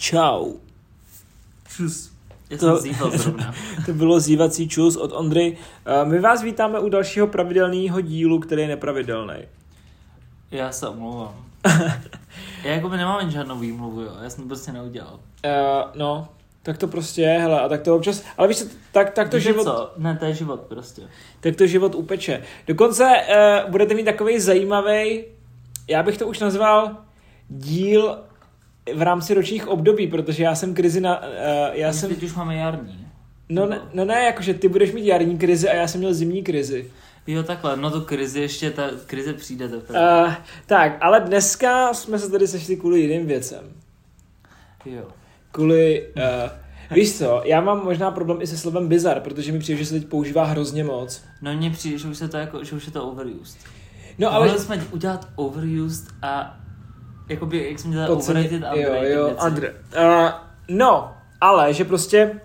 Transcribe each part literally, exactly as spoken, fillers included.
Čau. Čus. Já To, jsem zýval zrovna. To bylo zývací čus od Ondry. My vás vítáme u dalšího pravidelného dílu, který je nepravidelný. Já se omlouvám. Já jako by nemám žádnou výmluvu, jo. Já jsem to prostě neudělal. Uh, no, tak to prostě je, hele, a tak to občas, ale víš co, tak, tak to Víte život... co? Ne, to je život prostě. Tak to život upeče. Dokonce uh, budete mít takovej zajímavý, já bych to už nazval díl v rámci ročních období, protože já jsem krizi na... Uh, já My jsem... teď už máme jarní. No ne, no ne, jakože ty budeš mít jarní krizi a já jsem měl zimní krizi. Jo, takhle, no to krizi ještě, ta krize přijde teprve. Uh, tak, ale dneska jsme se tady sešli kvůli jiným věcem. Jo. Kvůli, uh, víš co, já mám možná problém i se slovem bizar, protože mi přijde, že se teď používá hrozně moc. No mně přijde, že už, se to jako, že už je to overused. No ale... Mohli jsme udělat overused a jakoby, jak jsme dělali Podceně, overrated a jo, underrated jo, věci. under, uh, no, ale že prostě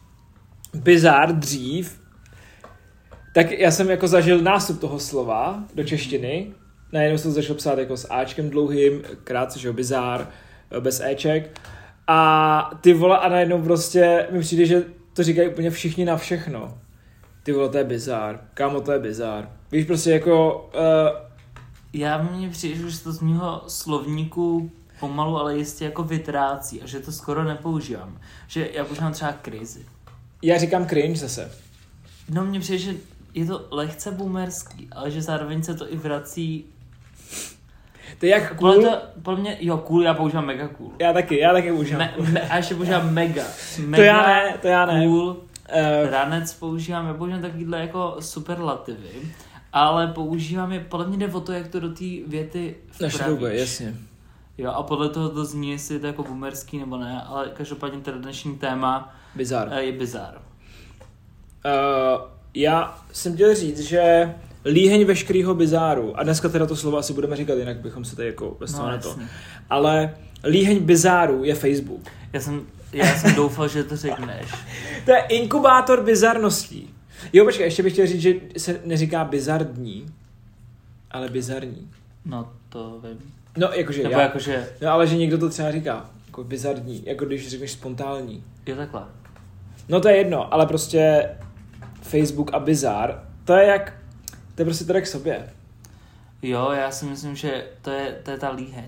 bizar dřív, tak já jsem jako zažil nástup toho slova do češtiny. Najednou jsem to začal psát jako s áčkem dlouhým, krátce, že jo, bizár, bez éček. A ty vole, a najednou prostě mi přijde, že to říkají úplně všichni na všechno. Ty vole, to je bizár. Kámo, to je bizár. Víš, prostě jako... Uh, Já mně přijde, že se to z mýho slovníku pomalu, ale jistě jako vytrácí a že to skoro nepoužívám. Že já používám třeba krizi. já říkám cringe zase. No mně přijde, že je to lehce boomerský, ale že zároveň se to i vrací. To je jak Cool. cool. To, podle mě, jo, cool, já používám mega cool. Já taky, já taky používám. Me, me, a ještě používám mega. mega to já ne, to já ne. Cool, Uh, ranec používám, já používám takovýhle jako superlativy, ale používám je, podle mě jde o to, jak to do té věty Našroubuje, jasně. Jo, a podle toho to zní, jestli je to jako boomerský nebo ne, ale každopádně teda dnešní téma Bizar. je bizar. Uh, já jsem chtěl říct, že líheň veškerýho bizáru, a dneska teda to slovo asi budeme říkat, jinak bychom se tady jako bez toho No, na to, jasně. ale líheň bizáru je Facebook. Já jsem, já jsem doufal, že to řekneš. To je inkubátor bizarností. Jo, počkej, ještě bych chtěl říct, že se neříká bizardní, ale bizarní. No, to vím. No, jakože Nebo já. jakože, No, ale že někdo to třeba říká, jako bizardní, jako když řekneš spontánní. jo takhle. No to je jedno, ale prostě Facebook a bizar, to je jak, to je prostě teda k sobě. Jo, já si myslím, že to je, to je ta líheň.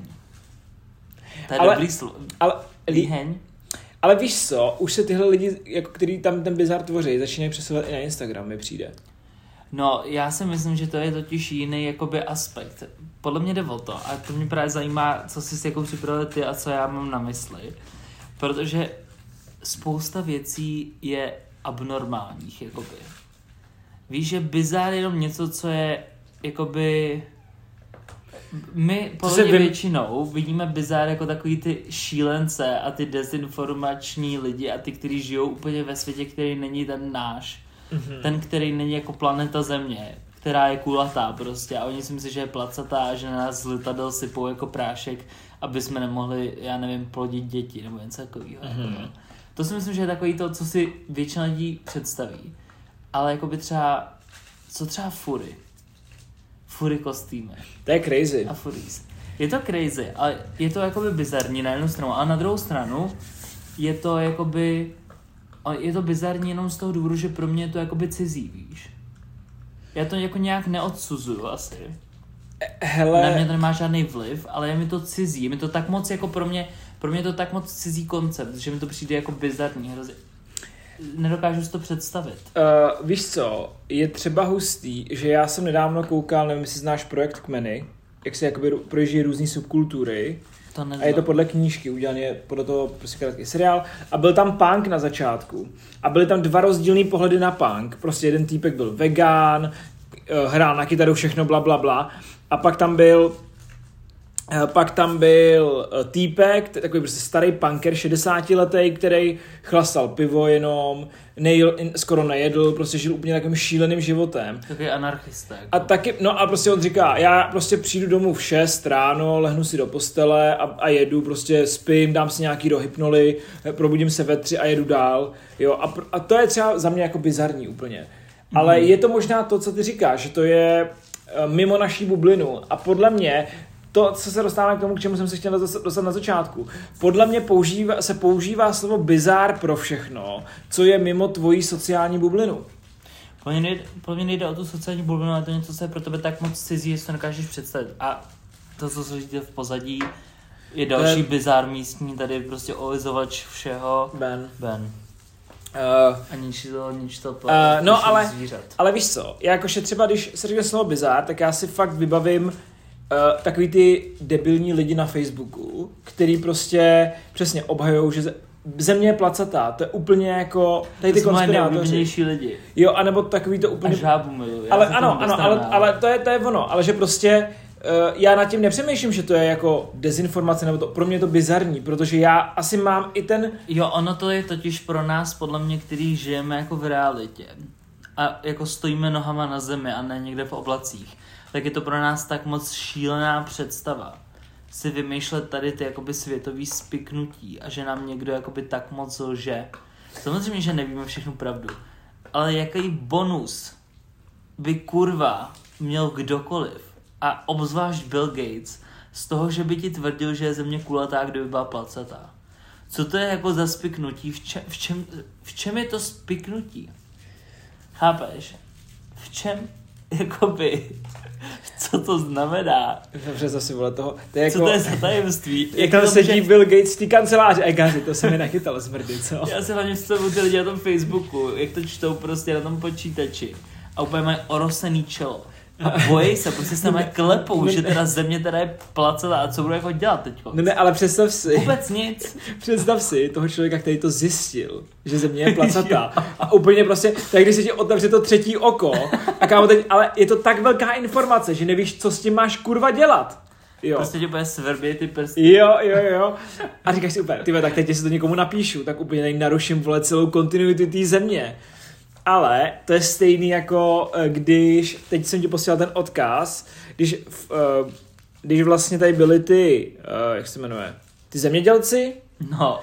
To je Ale- dobrý slovo. Ale, lí, Líheň? ale víš co, už se tyhle lidi, jako který tam ten bizar tvoří, začínají přesouvat i na Instagram, mi přijde. No, já si myslím, že to je totiž jiný jakoby aspekt. Podle mě jde o to a to mě právě zajímá, co jsi si jako připravil ty a co já mám na mysli. Protože spousta věcí je abnormálních, jakoby. Víš, že bizár je jenom něco, co je, jakoby... My podle se mě vym- většinou vidíme bizár jako takový ty šílence a ty dezinformační lidi a ty, kteří žijou úplně ve světě, který není ten náš. Mm-hmm. Ten, který není jako planeta Země, která je kulatá prostě a oni si myslí, že je placatá a že na nás z letadel sypou jako prášek, aby jsme nemohli, já nevím, plodit děti nebo něco takového. Mhm. Jako. To si myslím, že je takový to, co si většina lidí představí. Ale jako by třeba, co třeba fury. Fury kostýmy To je crazy. a furies. Je to crazy, ale je to jakoby bizarní na jednu stranu, a na druhou stranu je to jakoby, je to bizarní jenom z toho důvodu, že pro mě je to jakoby cizí, víš. Já to jako nějak neodsuzuju asi. Hele, Na mě to nemá žádný vliv, ale je mi to cizí, je mi to tak moc jako pro mě, pro mě je to tak moc cizí koncept, že mi to přijde jako bizarní, hrozně. Nedokážu si to představit. uh, víš co, je třeba hustý, že já jsem nedávno koukal, nevím, jestli znáš projekt Kmeny, jak se jakoby projíždí různý subkultury. To A je to podle knížky, udělaný je podle toho prostě krátký seriál. A byl tam punk na začátku. A byly tam dva rozdílný pohledy na punk. Prostě jeden týpek byl vegán, hrál na kytaru, všechno bla bla bla. A pak tam byl pak tam byl týpek, takový prostě starý punker, šedesátiletý, který chlastal pivo jenom, nejl, skoro nejedl, prostě žil úplně takovým šíleným životem. Takový anarchista. Jako. A taky, no a prostě on říká, já prostě přijdu domů v šest ráno, lehnu si do postele a, a jedu, prostě spím, dám si nějaký dohypnoly, probudím se ve tři a jedu dál, jo, a, a to je třeba za mě jako bizarní úplně. Ale mm. je to možná to, co ty říkáš, že to je mimo naší bublinu a podle mě to, co se dostáváme k tomu, k čemu jsem se chtěl dostat na začátku. Podle mě používá, se používá slovo bizár pro všechno, co je mimo tvojí sociální bublinu. Podle mě, nejde, podle mě nejde o tu sociální bublinu, ale to něco, co je pro tebe tak moc cizí, že to nekážeš představit. A to, co slyšíte v pozadí, je další ben. Bizár místní, tady prostě olizovač všeho. Ben. Ben. Uh, a ničí to, ničí to uh, no ale, ale víš co, já jakože třeba když se řekne slovo bizár, tak já si fakt vybavím uh, takový ty debilní lidi na Facebooku, který prostě přesně obhajujou, že země je placatá, to je úplně jako tady ty konspirátoři. Lidi. Jo, anebo takový to úplně... A žábu miluji. Ale ano, ano, ale, ale to, je, to je ono, ale že prostě uh, já nad tím nepřemýšlím, že to je jako dezinformace, nebo to, pro mě je to bizarní, protože já asi mám i ten... Jo, ono to je totiž pro nás, podle mě, který žijeme jako v realitě a jako stojíme nohama na zemi a ne někde v oblacích, tak je to pro nás tak moc šílená představa si vymýšlet tady ty jakoby světový spiknutí a že nám někdo jakoby tak moc lže. Samozřejmě, že nevíme všechnu pravdu, ale jaký bonus by kurva měl kdokoliv a obzvlášť Bill Gates z toho, že by ti tvrdil, že je země kulatá, kdyby byla placatá. Co to je jako za spiknutí? V čem, v čem, v čem je to spiknutí? Chápeš? V čem jakoby... Co to znamená? Dobře, zase vole toho. To je jako, co to je za tajemství? Jak tam sedí může... Bill Gates v té kanceláři. Egaři, to se mi nachytalo zmrdy, co? Já se hlavně představuji ty lidi na tom Facebooku, jak to čtou prostě na tom počítači. A úplně mají orosený čelo. A bojí se, prostě se mají klepou, ne, že teda země teda je placela a co budou jako dělat teďko. Ne, ne, ale představ si. Vůbec nic. Představ si toho člověka, který to zjistil, že země je placatá. A úplně prostě, tak když se ti otevře to třetí oko, a kámo teď, ale je to tak velká informace, že nevíš, co s tím máš kurva dělat. Jo. Prostě tě bude svrběj ty prsty. Jo, jo, jo. A říkáš si úplně, tyhle, tak teď si to někomu napíšu, tak úplně tady naruším, vole, celou kontinuitu té země. Ale to je stejný jako když, teď jsem ti posílal ten odkaz, když, uh, když vlastně tady byli ty, uh, jak se jmenuje, ty zemědělci. No.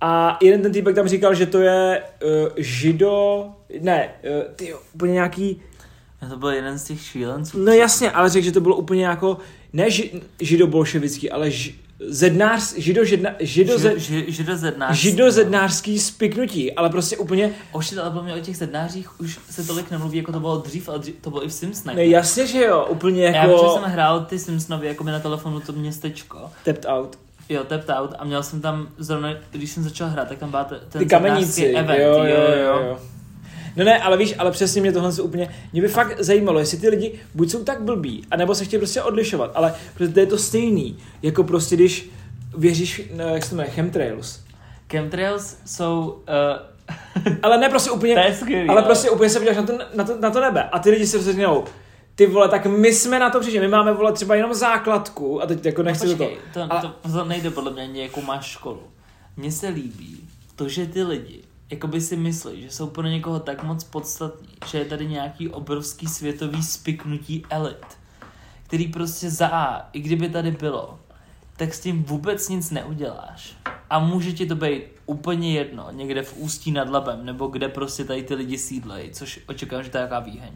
A jeden ten týpek tam říkal, že to je uh, žido, ne, uh, ty úplně nějaký... To byl jeden z těch šílenců. No jasně, ale řekl, že to bylo úplně jako, ne ži, židobolševický, ale ži, zednář, žido, židna, žido, Žid, ži, židozednářský. židozednářský spiknutí, ale prostě úplně... Ošit, ale mě o těch zednářích už se tolik nemluví, jako to bylo dřív, ale dřív, to bylo i v Simpsonech. Ne, jasně, že jo, úplně jako... Já protože jsem hrál ty Simpsonovi jako mi na telefonu to městečko. Tapped Out. Jo, Tapped Out a měl jsem tam zrovna, když jsem začal hrát, tak tam byl ten ty kameníci, event. Jo, jo, jo, jo. No ne, ale víš, ale přesně mě tohle se úplně, mě by fakt zajímalo, jestli ty lidi buď jsou tak blbí, anebo se chtějí prostě odlišovat, ale protože je to stejný, jako prostě když věříš, no, jak se to jmenuje, chemtrails. Chemtrails jsou... Uh... ale ne prostě úplně, to je skvělý, ale prostě úplně se podíváš na to, na, to, na to nebe a ty lidi se řeknou, ty vole, tak my jsme na to přišli, my máme vole třeba jenom základku a teď jako nechci no, do toho. To, a... to, to nejde podle mě ani jakou máš školu. Mně se líbí to, že ty lidi jakoby si myslí, že jsou pro někoho tak moc podstatní, že je tady nějaký obrovský světový spiknutí elit, který prostě za A, i kdyby tady bylo, tak s tím vůbec nic neuděláš. A může ti to být úplně jedno, někde v Ústí nad Labem, nebo kde prostě tady ty lidi sídlejí, což očekávám, že to je jaká výheň.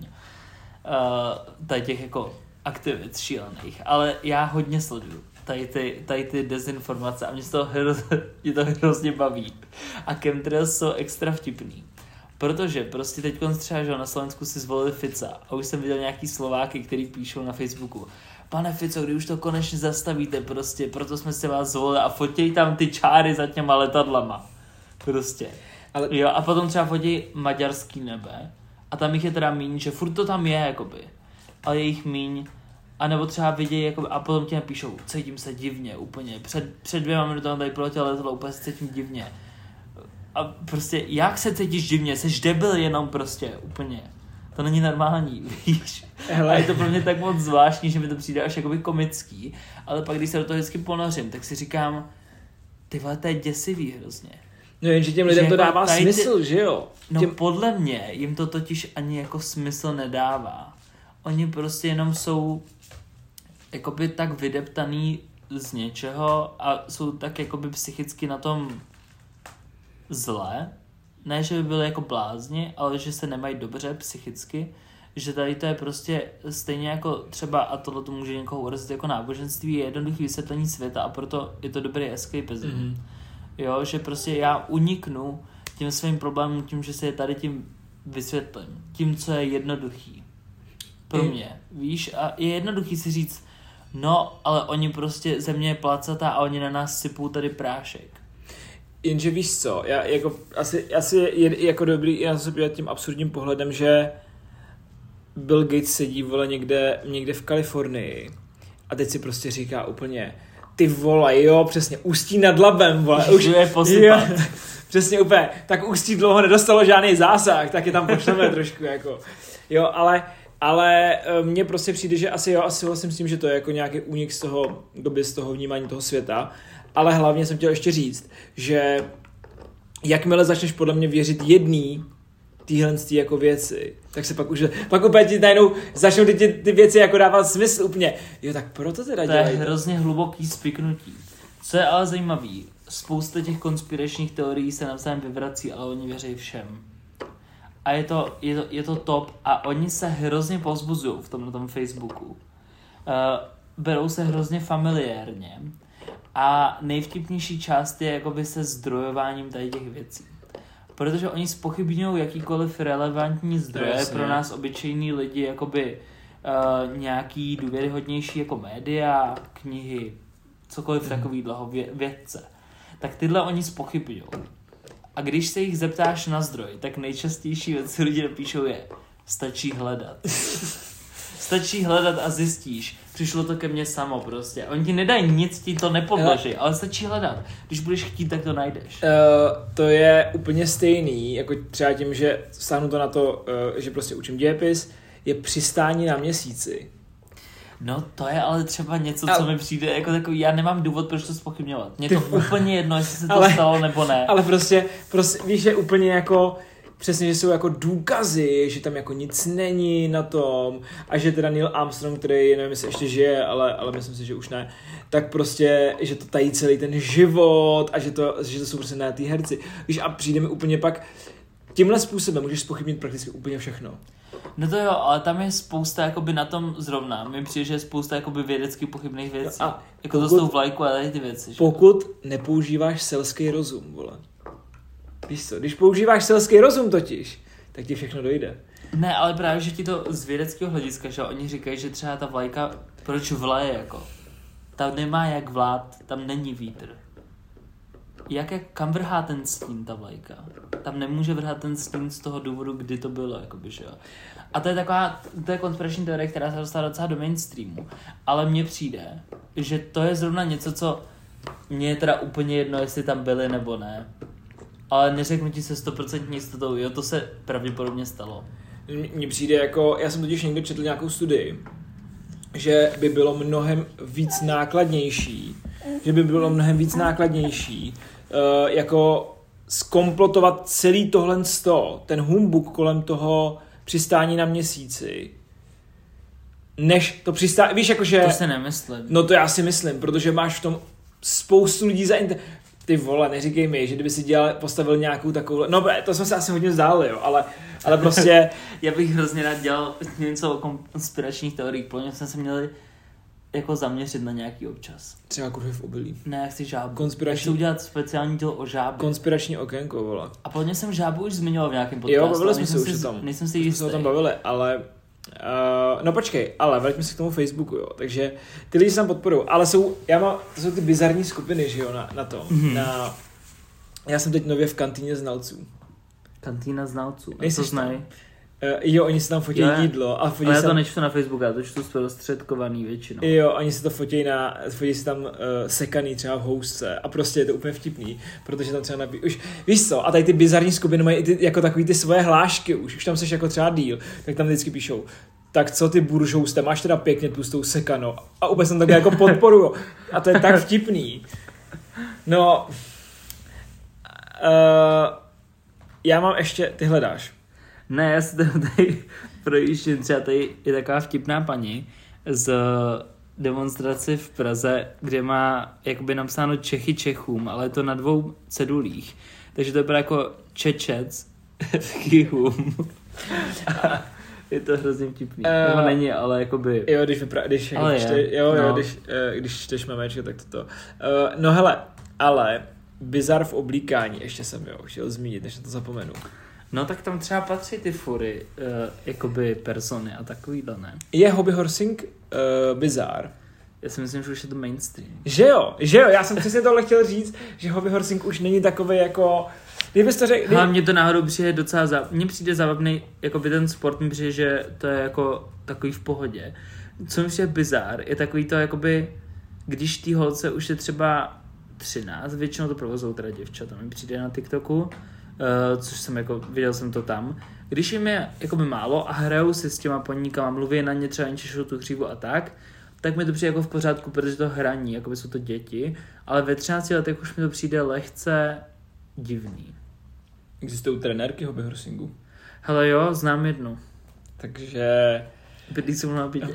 Uh, tady těch jako aktivit šílených, ale já hodně sleduju tady ty, tady ty dezinformace a mě, to hroz, mě to hrozně baví. A chemtrails jsou extra vtipný. Protože prostě teď třeba, že na Slovensku si zvolili Fica a už jsem viděl nějaký Slováky, který píšou na Facebooku: pane Fico, kdy už to konečně zastavíte prostě, proto jsme se vás zvolili a fotěj tam ty čáry za těma letadlama. Prostě. Ale... Jo, a potom třeba fotěj maďarský nebe a tam jich je teda míň, že furt to tam je, jakoby. Ale je jich míň. A nebo třeba vidějí, jakoby, a potom ti napíšou, cítím se divně, úplně. Před, před dvěma minutami tady proletělo letadlo, úplně se cítím divně. A prostě, jak se cítíš divně? Seš debil jenom prostě, úplně. To není normální, víš. Hele. A je to pro mě tak moc zvláštní, že mi to přijde až jakoby komický. Ale pak, když se do toho vždycky ponořím, tak si říkám, ty vole, to je děsivý hrozně. No jenže těm lidem to jako dává smysl, ty... že jo? No těm... podle mě jim to totiž ani jako smysl nedává. Oni prostě jenom jsou jakoby tak vydeptaný z něčeho a jsou tak jakoby psychicky na tom zle. Ne, že by byli jako blázni, ale že se nemají dobře psychicky, že tady to je prostě stejně jako třeba, a tohle to může někoho urazit jako náboženství, je jednoduchý vysvětlení světa a proto je to dobrý escapism. Mm-hmm. Jo, že prostě já uniknu tím svým problémům tím, že se je tady tím vysvětlím. Tím, co je jednoduchý. Pro mě. Víš? A je jednoduchý si říct, no, ale oni prostě, země je placatá a oni na nás sypou tady prášek. Jenže víš co, já jako, asi, asi je jako dobrý i na to se podívat tím absurdním pohledem, že Bill Gates sedí, vole, někde, někde v Kalifornii a teď si prostě říká úplně, ty vole, jo, přesně, Ústí nad Labem, vole. Už je posypat. Jo, přesně úplně, tak Ústí dlouho nedostalo žádný zásah, tak je tam pošleme trošku, jako. Jo, ale, ale mně prostě přijde, že asi jo, asi vlastně s tím, že to je jako nějaký únik z toho doby, z toho vnímání toho světa, ale hlavně jsem chtěl ještě říct, že jakmile začneš podle mě věřit jedný tyhle jako věci, tak se pak už, pak úplně ti najednou začnou ty, ty, ty věci jako dávat smysl úplně. Jo, tak proto teda to dělají. To je hrozně hluboký spiknutí. Co je ale zajímavý, spousta těch konspiračních teorií se navzájem vyvrací, ale oni věří všem. A je to, je to, je to top a oni se hrozně povzbuzují v tomhle tom Facebooku. Uh, berou se hrozně familiárně a nejvtipnější část je jakoby se zdrojováním tady těch věcí. Protože oni zpochybňují jakýkoliv relevantní zdroje Jasně. pro nás obyčejní lidi, jakoby uh, nějaký důvěryhodnější jako média, knihy, cokoliv mm. takovýhleho vě- vědce. Tak tyhle oni zpochybňují. A když se jich zeptáš na zdroj, tak nejčastější věc, co lidi napíšou je stačí hledat. Stačí hledat a zjistíš. Přišlo to ke mně samo prostě. Oni ti nedají nic, ti to nepodloží, ale stačí hledat. Když budeš chtít, tak to najdeš. Uh, to je úplně stejný, jako třeba tím, že stáhnu to na to, uh, že prostě učím dějepis, je přistání na měsíci. No to je ale třeba něco, co ale, mi přijde jako takový, já nemám důvod, proč to zpochybňovat. Mně to ty, úplně jedno, jestli se to ale, stalo nebo ne. Ale prostě, prostě víš, že úplně jako přesně, že jsou jako důkazy, že tam jako nic není na tom a že teda Neil Armstrong, který nevím, jestli ještě žije, ale, ale myslím si, že už ne, tak prostě, že to tají celý ten život a že to, že to jsou prostě na ty herci. Víš, a přijde mi úplně pak, tímhle způsobem můžeš zpochybnit prakticky úplně všechno. No to jo, ale tam je spousta jakoby na tom zrovna. Mně přijde, že je spousta jakoby vědecky pochybných věcí. No a jako pokud, to s tou vlajkou a tady ty věci. Že? Pokud nepoužíváš selský rozum, vole. Víš co, když používáš selský rozum totiž, tak ti všechno dojde. Ne, ale právě, že ti to z vědeckého hlediska, že oni říkají, že třeba ta vlajka, proč vlaje jako? Tam nemá jak vlád, tam není vítr. Jak, jak kam vrhá ten stín ta vlajka? Tam nemůže vrhat ten stín z toho důvodu, kdy to bylo, jakoby, že jo. A to je taková, to je konspirační teorie, která se dostala docela do mainstreamu, ale mně přijde, že to je zrovna něco, co mně je teda úplně jedno, jestli tam byli nebo ne. Ale neřeknu ti se sto procent jistotou, jo, to se pravděpodobně stalo. Mně přijde jako, já jsem totiž někde četl nějakou studii, že by bylo mnohem víc nákladnější, že by bylo mnohem víc nákladnější, uh, jako zkomplotovat celý tohle sto, ten humbuk kolem toho přistání na měsíci, než to přistání, víš, jakože... To si nemyslím. No to já si myslím, protože máš v tom spoustu lidí za inter... Ty vole, neříkej mi, že kdyby si dělal, postavil nějakou takovou... No to jsme se asi hodně vzdálili, jo, ale, ale prostě... Já bych hrozně rád dělal něco o konspiračních teoriích, protože jsme se měli jako zaměřit na nějaký občas. Třeba kurvy v obilí. Ne, já chci žábu. Konspirační... Chci udělat speciální díl o žábu. Konspirační okénko, vole. A podle jsem žábu už zmiňoval v nějakém podcastu. Jo, bavili jsme se už o tom. Nejsem si jistý. Jsme se o tom bavili, ale... Uh, no počkej, ale vraťme se k tomu Facebooku, jo. Takže ty lidi se tam podporují, ale jsou, já mám, to jsou ty bizarní skupiny, že jo, na, na tom. Mm-hmm. Na, já jsem teď nově v kantýně znalců. Kantýna znalců? A to znají? Uh, jo, oni se tam fotí jídlo. A fotí ale já to tam... nečtu na Facebooku, já to čtu zprostředkovaný většinou. Jo, oni se to fotí na, fotí se tam uh, sekaný třeba v housce a prostě je to úplně vtipný, protože tam třeba nabí... Už, víš co, a tady ty bizarní skupiny mají ty, jako takový ty svoje hlášky už, už tam seš jako třeba díl, tak tam vždycky píšou, tak co ty buržouste, máš teda pěkně tlustou sekanou a úplně jsem takhle jako podporuju a to je tak vtipný. No, uh, já mám ještě, ty hledáš. Ne, já si tady projíždím, třeba tady je taková vtipná paní z demonstraci v Praze, kde má jakoby napsáno Čechy Čechům, ale je to na dvou cedulích. Takže to je jako Čečec Chýchům. Je to hrozně vtipný. Uh, Nebo není, ale jakoby... Jo, když vypra- když, ale když, je. čte, jo, no. jo, když, uh, když čteš memečko, tak toto. Uh, no hele, ale bizar v oblíkání, ještě jsem jo, chtěl zmínit, než na to zapomenu. No tak tam třeba patří ty fury, uh, jakoby persony a takovýhle, ne? Je hobby horsing uh, bizar. Já si myslím, že už je to mainstream. Že jo, že jo, já jsem přesně tohle chtěl říct, že hobby horsing už není takový jako... Kdybys to řekl... Ale mně to náhodou přijde docela zábavný. Mně přijde zábavný, jako by ten sport mi přijde, že to je jako takový v pohodě. Co mi přijde bizár, je takový to jakoby, když tý holce už je třeba třináct, většinou to provozují teda děvčata, mi přijde na TikToku, uh, což jsem jako, viděl jsem to tam. Když jim je jakoby málo a hrajou si s těma poníkama, mluví na ně, třeba jen češou tu hřívu a tak, tak mi to přijde jako v pořádku, protože to hraní, jakoby jsou to děti, ale ve třinácti letech už mi to přijde lehce divný. Existují trenérky hobby horsingu? Hele jo, znám jednu. Takže... Bydlí se mu na bytě.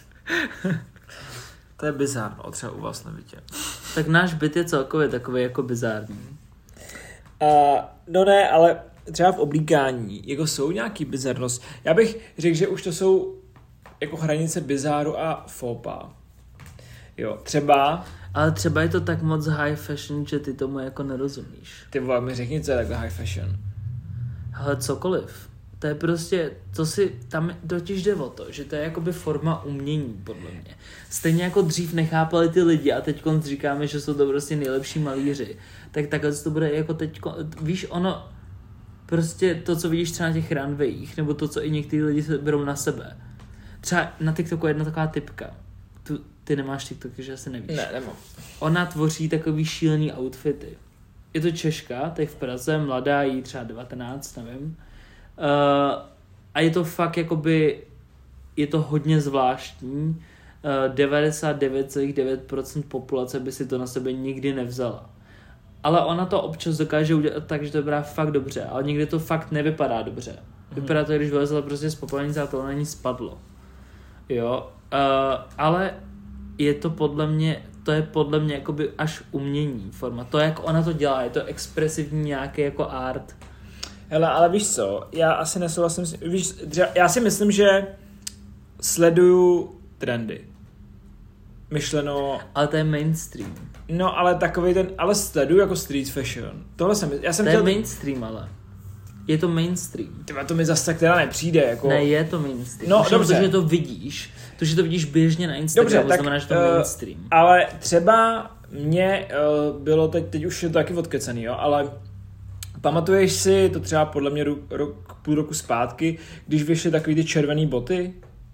To je bizár, no, třeba u vás na bytě. Tak náš byt je celkově takový jako bizární. Uh, no ne, ale třeba v oblíkání, jako jsou nějaký bizarnost. Já bych řekl, že už to jsou jako hranice bizáru a fópa. Jo, třeba... Ale třeba je to tak moc high fashion, že ty tomu jako nerozumíš. Ty vole, mi řekni, co je takhle high fashion. Hele, cokoliv. To je prostě, to si, tam totiž jde o to, že to je jakoby forma umění, podle mě. Stejně jako dřív nechápali ty lidi a teď říkáme, že jsou to prostě nejlepší malíři. Tak takhle to bude jako teď, víš, ono, prostě to, co vidíš třeba na těch runwayích, nebo to, co i některý lidi se berou na sebe. Třeba na TikToku je jedna taková typka. Tu, ty nemáš TikTok, že asi nevíš. Ne, nemám. Ona tvoří takový šílený outfity. Je to Češka, teď v Praze, mladá, jí třeba devatenáct, nevím. Uh, a je to fakt jakoby, je to hodně zvláštní. Uh, devadesát devět celá devět procent populace by si to na sebe nikdy nevzala. Ale ona to občas dokáže udělat tak, že to vypadá fakt dobře, ale někdy to fakt nevypadá dobře. Vypadá to, když vylezla prostě z popelnice a to na ní spadlo. Jo, uh, ale je to podle mě, to je podle mě jakoby až umění forma. To, jak ona to dělá, je to expresivní nějaký jako art. Hele, ale víš co, já asi nesouhlasím s... Víš, já si myslím, že sleduju trendy. Myšleno... Ale to je mainstream. No, ale takovej ten... Ale sleduju jako street fashion. Tohle jsem... Já jsem to chtěl... je mainstream, ale. Je to mainstream. Tyba, to mi zase tak teda nepřijde, jako... Ne, je to mainstream. No, Už dobře. To, že to vidíš, to, že to vidíš běžně na Instagramu, Dobře, tak, znamená, že to je uh, mainstream. Ale třeba mě uh, bylo teď, teď už je to taky odkecaný, jo, ale pamatuješ si to třeba podle mě rok, rok, půl roku zpátky, když vyšly takový ty červený boty?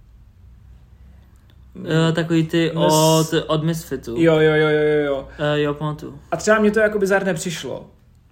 Uh, takový ty Mes... od, od Misfitu. Jo, jo, jo, jo, jo. Uh, jo, pamatuju. A třeba mě to jako bizár nepřišlo.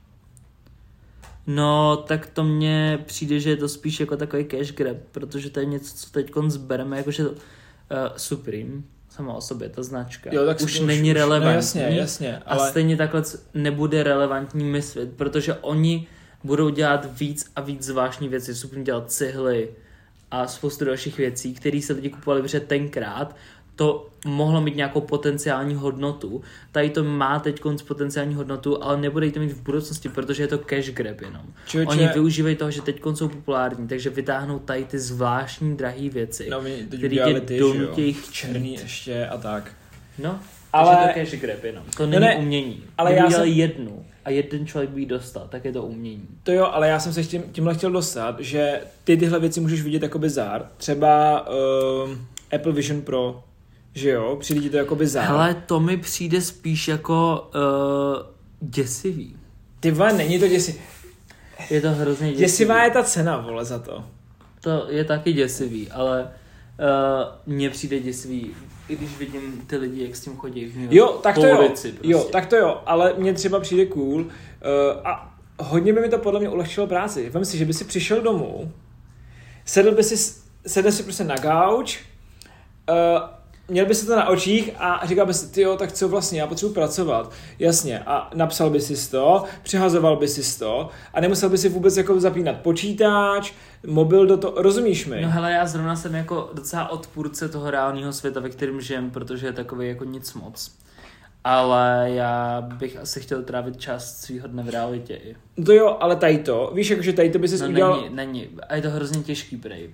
No, tak to mně přijde, že je to spíš jako takový cash grab, protože to je něco, co teď zbereme, jakože to uh, Supreme, sama o sobě, ta značka, jo, tak už už není relevantní. No jasně, jasně. Ale... A stejně takhle nebude relevantní Misfit, protože oni budou dělat víc a víc zvláštní věci. Supreme dělat cihly a spoustu dalších věcí, které se lidi kupovali, protože tenkrát to mohlo mít nějakou potenciální hodnotu. Tady to má teď potenciální hodnotu, ale nebude to mít v budoucnosti, protože je to cash grab jenom. Čoče... Oni využívají toho, že teď jsou populární, takže vytáhnou tady ty zvláštní drahé věci, no, které tě donutějí černý ještě a tak. No, ale... takže to je cash grab jenom. To není ne, umění. Ale Kdyby já udělali jsem... jednu a jeden člověk by ji dostal, tak je to umění. To jo, ale já jsem se tím, tímhle chtěl dostat, že ty tyhle věci můžeš vidět jako bizár. Třeba uh, Apple Vision Pro, že jo, přijde ti to jako bizár. Hele, to mi přijde spíš jako uh, děsivý. Ty vole, není to děsivý. Je to hrozně děsivý. Děsivá je ta cena, vole, za to. To je taky děsivý, ale uh, mně přijde děsivý, i když vidím ty lidi, jak s tím chodí v New Jo, tak to jo. Prostě. Jo, tak to jo, ale mně třeba přijde cool uh, a hodně by mi to podle mě ulehčilo práci. Vem si, že by si přišel domů, sedl by si, sedl si prostě na gauč, uh, měl by si to na očích a říkal by si, tyjo, tak co vlastně, já potřebuji pracovat. Jasně, a napsal by si to, přihazoval by si to a nemusel by si vůbec jako zapínat počítač, mobil do toho, rozumíš mi? No hele, já zrovna jsem jako docela odpůrce toho reálného světa, ve kterém žijem, protože je takový jako nic moc. Ale já bych asi chtěl trávit část svýho dne v realitě i. To jo, ale tady to, víš, jakože tady to by si no, udělal... není, není, a je to hrozně těžký prej.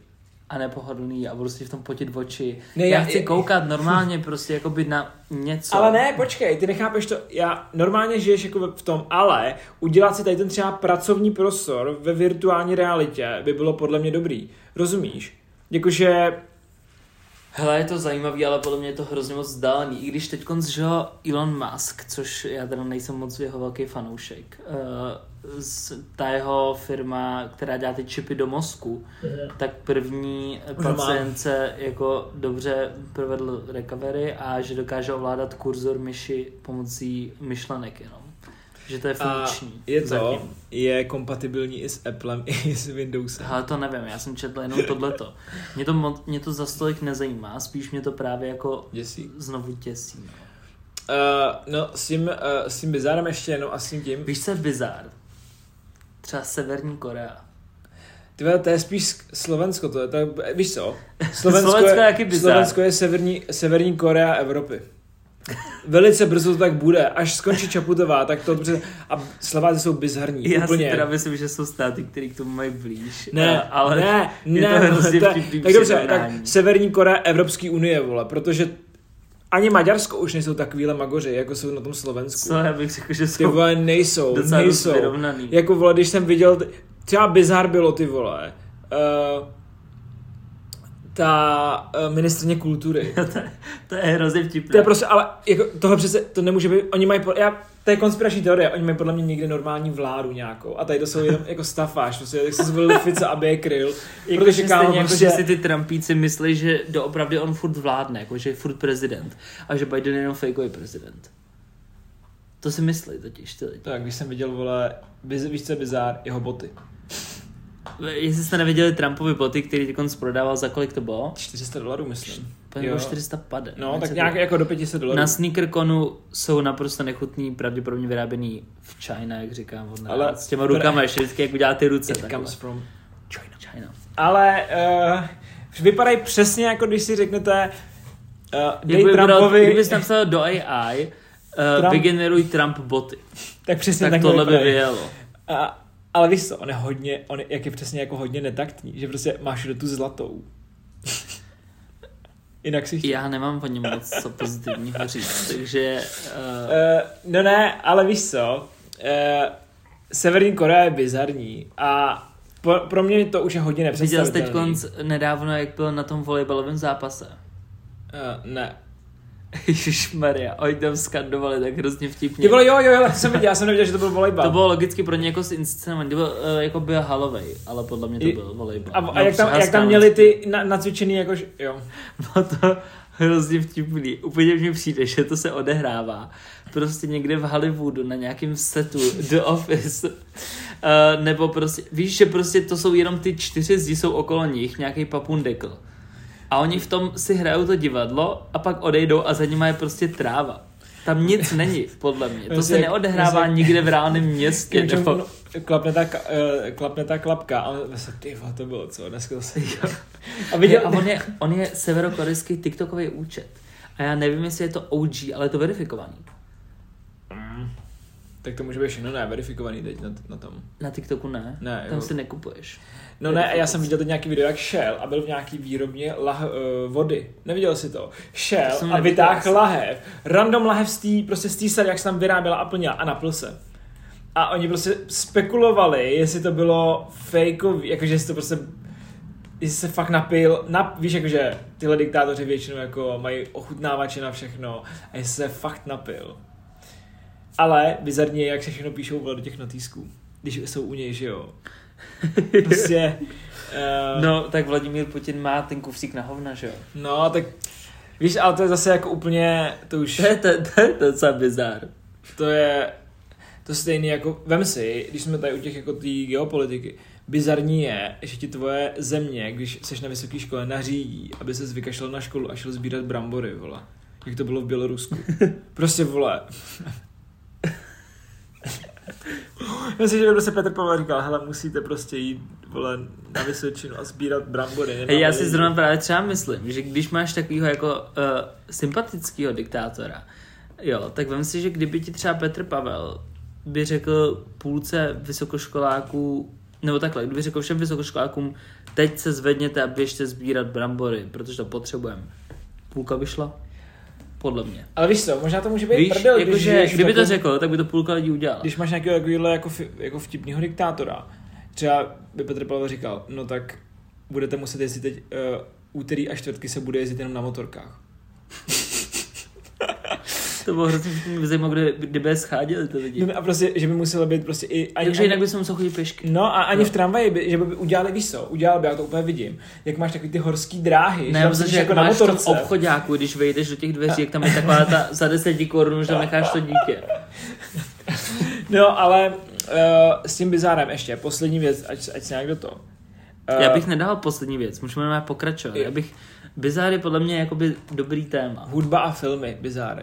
a nepohodlný a budu si v tom potit oči. Ne, já já- chci koukat normálně prostě jakoby na něco. Ale ne, počkej, ty nechápeš to, já normálně žiješ jako v tom, ale udělat si tady ten třeba pracovní prostor ve virtuální realitě by bylo podle mě dobrý. Rozumíš? Jakože... Hele, je to zajímavý, ale podle mě je to hrozně moc vzdálený. I když teďkonc, že jo, Elon Musk, což já teda nejsem moc jeho velký fanoušek, uh, z, ta jeho firma, která dělá ty čipy do mozku, mm. tak první pacientce jako dobře provedl recovery a že dokáže ovládat kurzor myši pomocí myšlenek jenom. Že to je funkční. A je to, zatím. je kompatibilní i s Applem, i s Windowsem. Ale to nevím, já jsem četl jenom tohleto. Mě to, mo- mě to za stolik nezajímá, spíš mě to právě jako děsí. Znovu děsí. No, Uh, no s tím, uh, s tím bizárem ještě jenom a s tím tím. Víš, co je bizár? Třeba Severní Korea. Ty vole, to je spíš Slovensko, to je, to je, víš co? Slovensko, Slovensko je je, jaký bizár. Slovensko je severní, severní Korea Evropy. Velice brzo to tak bude, až skončí Čaputová, tak to dobře, a Slováci jsou bizarní, Já úplně. si teda myslím, že jsou státy, který k tomu mají blíž. Ne, uh, ale ne, je ne, to hrozně to, vtipný tak dobře, přirovnání. tak Severní Korea Evropské unie, vole, protože ani Maďarsko už nejsou takovýhle magoři, jako jsou na tom Slovensku. Co, já bych řekl, že Ty jsou vole, nejsou, docela nejsou. vyrovnaný. Jako vole, když jsem viděl, třeba bizár bylo ty vole, uh, ta uh, ministryně kultury. to, je, to je hrozně vtipné. To je prostě, ale jako, tohle přece, to nemůže být, oni mají, já, to je konspirační teorie, oni mají podle mě někde normální vládu nějakou a tady to jsou jenom jako stafáž, prostě, tak se zvolili Fica, aby je kryl, Jako, protože že kámo, stejně prostě, jako, že si ty Trumpíci myslí, že doopravdy on furt vládne, jako, že je furt prezident a že Biden je jenom fejkový prezident. To si myslí totiž ty lidi. tak když jsem viděl, vole, biz, víš co je bizár, jeho boty. Jestli jste neviděli Trumpovy boty, který teď prodával, za kolik to bylo? čtyři sta dolarů, myslím. Bylo čtyři sta pade. No, tak nějak jako do pět set dolarů. Na SneakerConu jsou naprosto nechutný, pravděpodobně vyráběný v China, jak říkám. On Ale s těma rukama, ještě vždycky, jak udělá ty ruce. It takhle. comes from China. China. Ale uh, vypadají přesně jako když si řeknete uh, dej Kdyby Trumpovi, kdybys napsal do A I, uh, Trump- vygeneruj Trump boty. tak přesně Tak tak tohle by vypadají. vyjelo. A, ale víš co, on je hodně, on je, jak je přesně jako hodně netaktní, že prostě máš do tu zlatou. Jinak si chtěl. Já nemám o něm moc co pozitivního říct, takže... Uh, Uh, no ne, ale víš co, uh, Severní Korea je bizarní a po, pro mě to už je hodně viděl jsi teď nepředstavitelný. konc nedávno, jak byl na tom volejbalovém zápase? Uh, ne. Ježišmarja, oni tam skandovali tak hrozně vtipně. Ty vole, jo, jo, jo, to jsem viděl, já jsem nevěděl, že to byl volejbal. To bylo logicky pro ně jako inscenovaný, to byl uh, jako byl halovej, ale podle mě to byl volejbal. A, a No, jak, tam, jak tam měli ty na, nacvičený jakož, jo. Bylo to hrozně vtipný. Úplně mně přijde, že to se odehrává prostě někde v Hollywoodu na nějakém setu The Office. Uh, nebo prostě, víš, že prostě to jsou jenom ty čtyři zdi, jsou okolo nich, nějaký papundekl. A oni v tom si hrajou to divadlo a pak odejdou a za nima je prostě tráva. Tam nic není, podle mě. To se neodehrává nikde v reálném městě. Nebo... Klapne ta, uh, klapne ta klapka a on se, ty vole, to bylo co, dneska zase. A, viděl... a on je, on je severokorejský TikTokový účet. A já nevím, jestli je to O G, ale je to verifikovaný. Mm. Tak to může být všechno neverifikovaný teď na, na tom. Na TikToku ne, ne tam jo. si nekupuješ. No ne, já jsem viděl teď nějaký video, jak šel a byl v nějaký výrobně lah, uh, vody. Neviděl jsi to? Šel to a vytáhl lahev. Random lahev z té, prostě z té sady, jak se tam vyráběla a plnila a napil se. A oni prostě spekulovali, jestli to bylo fakeový, jakože jestli to prostě, jestli se fakt napil, nap, víš, jakože tyhle diktátoři většinou jako mají ochutnávače na všechno a jestli se fakt napil. Ale bizarně je, jak se všechno píšou do těch notýsků, když jsou u něj, že jo. Prostě... Uh, No, tak Vladimír Putin má ten kufřík na hovna, že jo? no, tak víš, ale to je zase jako úplně, to už... To je to, to, je to docela bizár. To je to stejný jako, vem si, když jsme tady u těch jako té geopolitiky, bizarní je, že ti tvoje země, když seš na vysoké škole, nařídí, aby se vykašlal na školu a šel sbírat brambory, vole. Jak to bylo v Bělorusku. Prostě, vole. Myslím, že by prostě Petr Pavel říkal, hele, musíte prostě jít, vole, na Vysočinu a sbírat brambory. Hej, já si lidi. Zrovna právě třeba myslím, že když máš takovýho jako uh, sympatického diktátora, jo, tak vem si, že kdyby ti třeba Petr Pavel by řekl půlce vysokoškoláků nebo takhle, kdyby řekl všem vysokoškolákům, teď se zvedněte a běžte sbírat brambory, protože to potřebujeme. Půlka by šla? Podle mě. Ale víš co, možná to může být víš, prdel, jako když že, žiješ kdyby takovou, to řekl, tak by to půlka lidí udělala. Když máš nějakého takovýhle jako, jako vtipného diktátora, třeba by Petr Pavel říkal, no tak budete muset jezdit teď, uh, úterý a čtvrtky se bude jezdit jenom na motorkách. To bylo hrozně, že mě zajímalo, kde, kde by scháděli ty lidi. No a prostě, že by muselo být prostě i... Ani, Takže ani, jinak by se musel chodit pěšky. No a ani no. v tramvaji, by, že by udělali, víš co, udělali by, já to úplně vidím, jak máš takový ty horský dráhy, ne, že protože jako na máš v tom motorce. obchodáku, když vejdeš do těch dveří, jak tam je taková ta za deset korun, že tam necháš to dítě. No, ale uh, s tím bizárem ještě, poslední věc, ať, ať se nějak do toho. Uh, Já bych nedal poslední věc, můžeme pokračovat. Já bych, bizár je podle mě jakoby dobrý téma. Hudba a filmy, bizáry.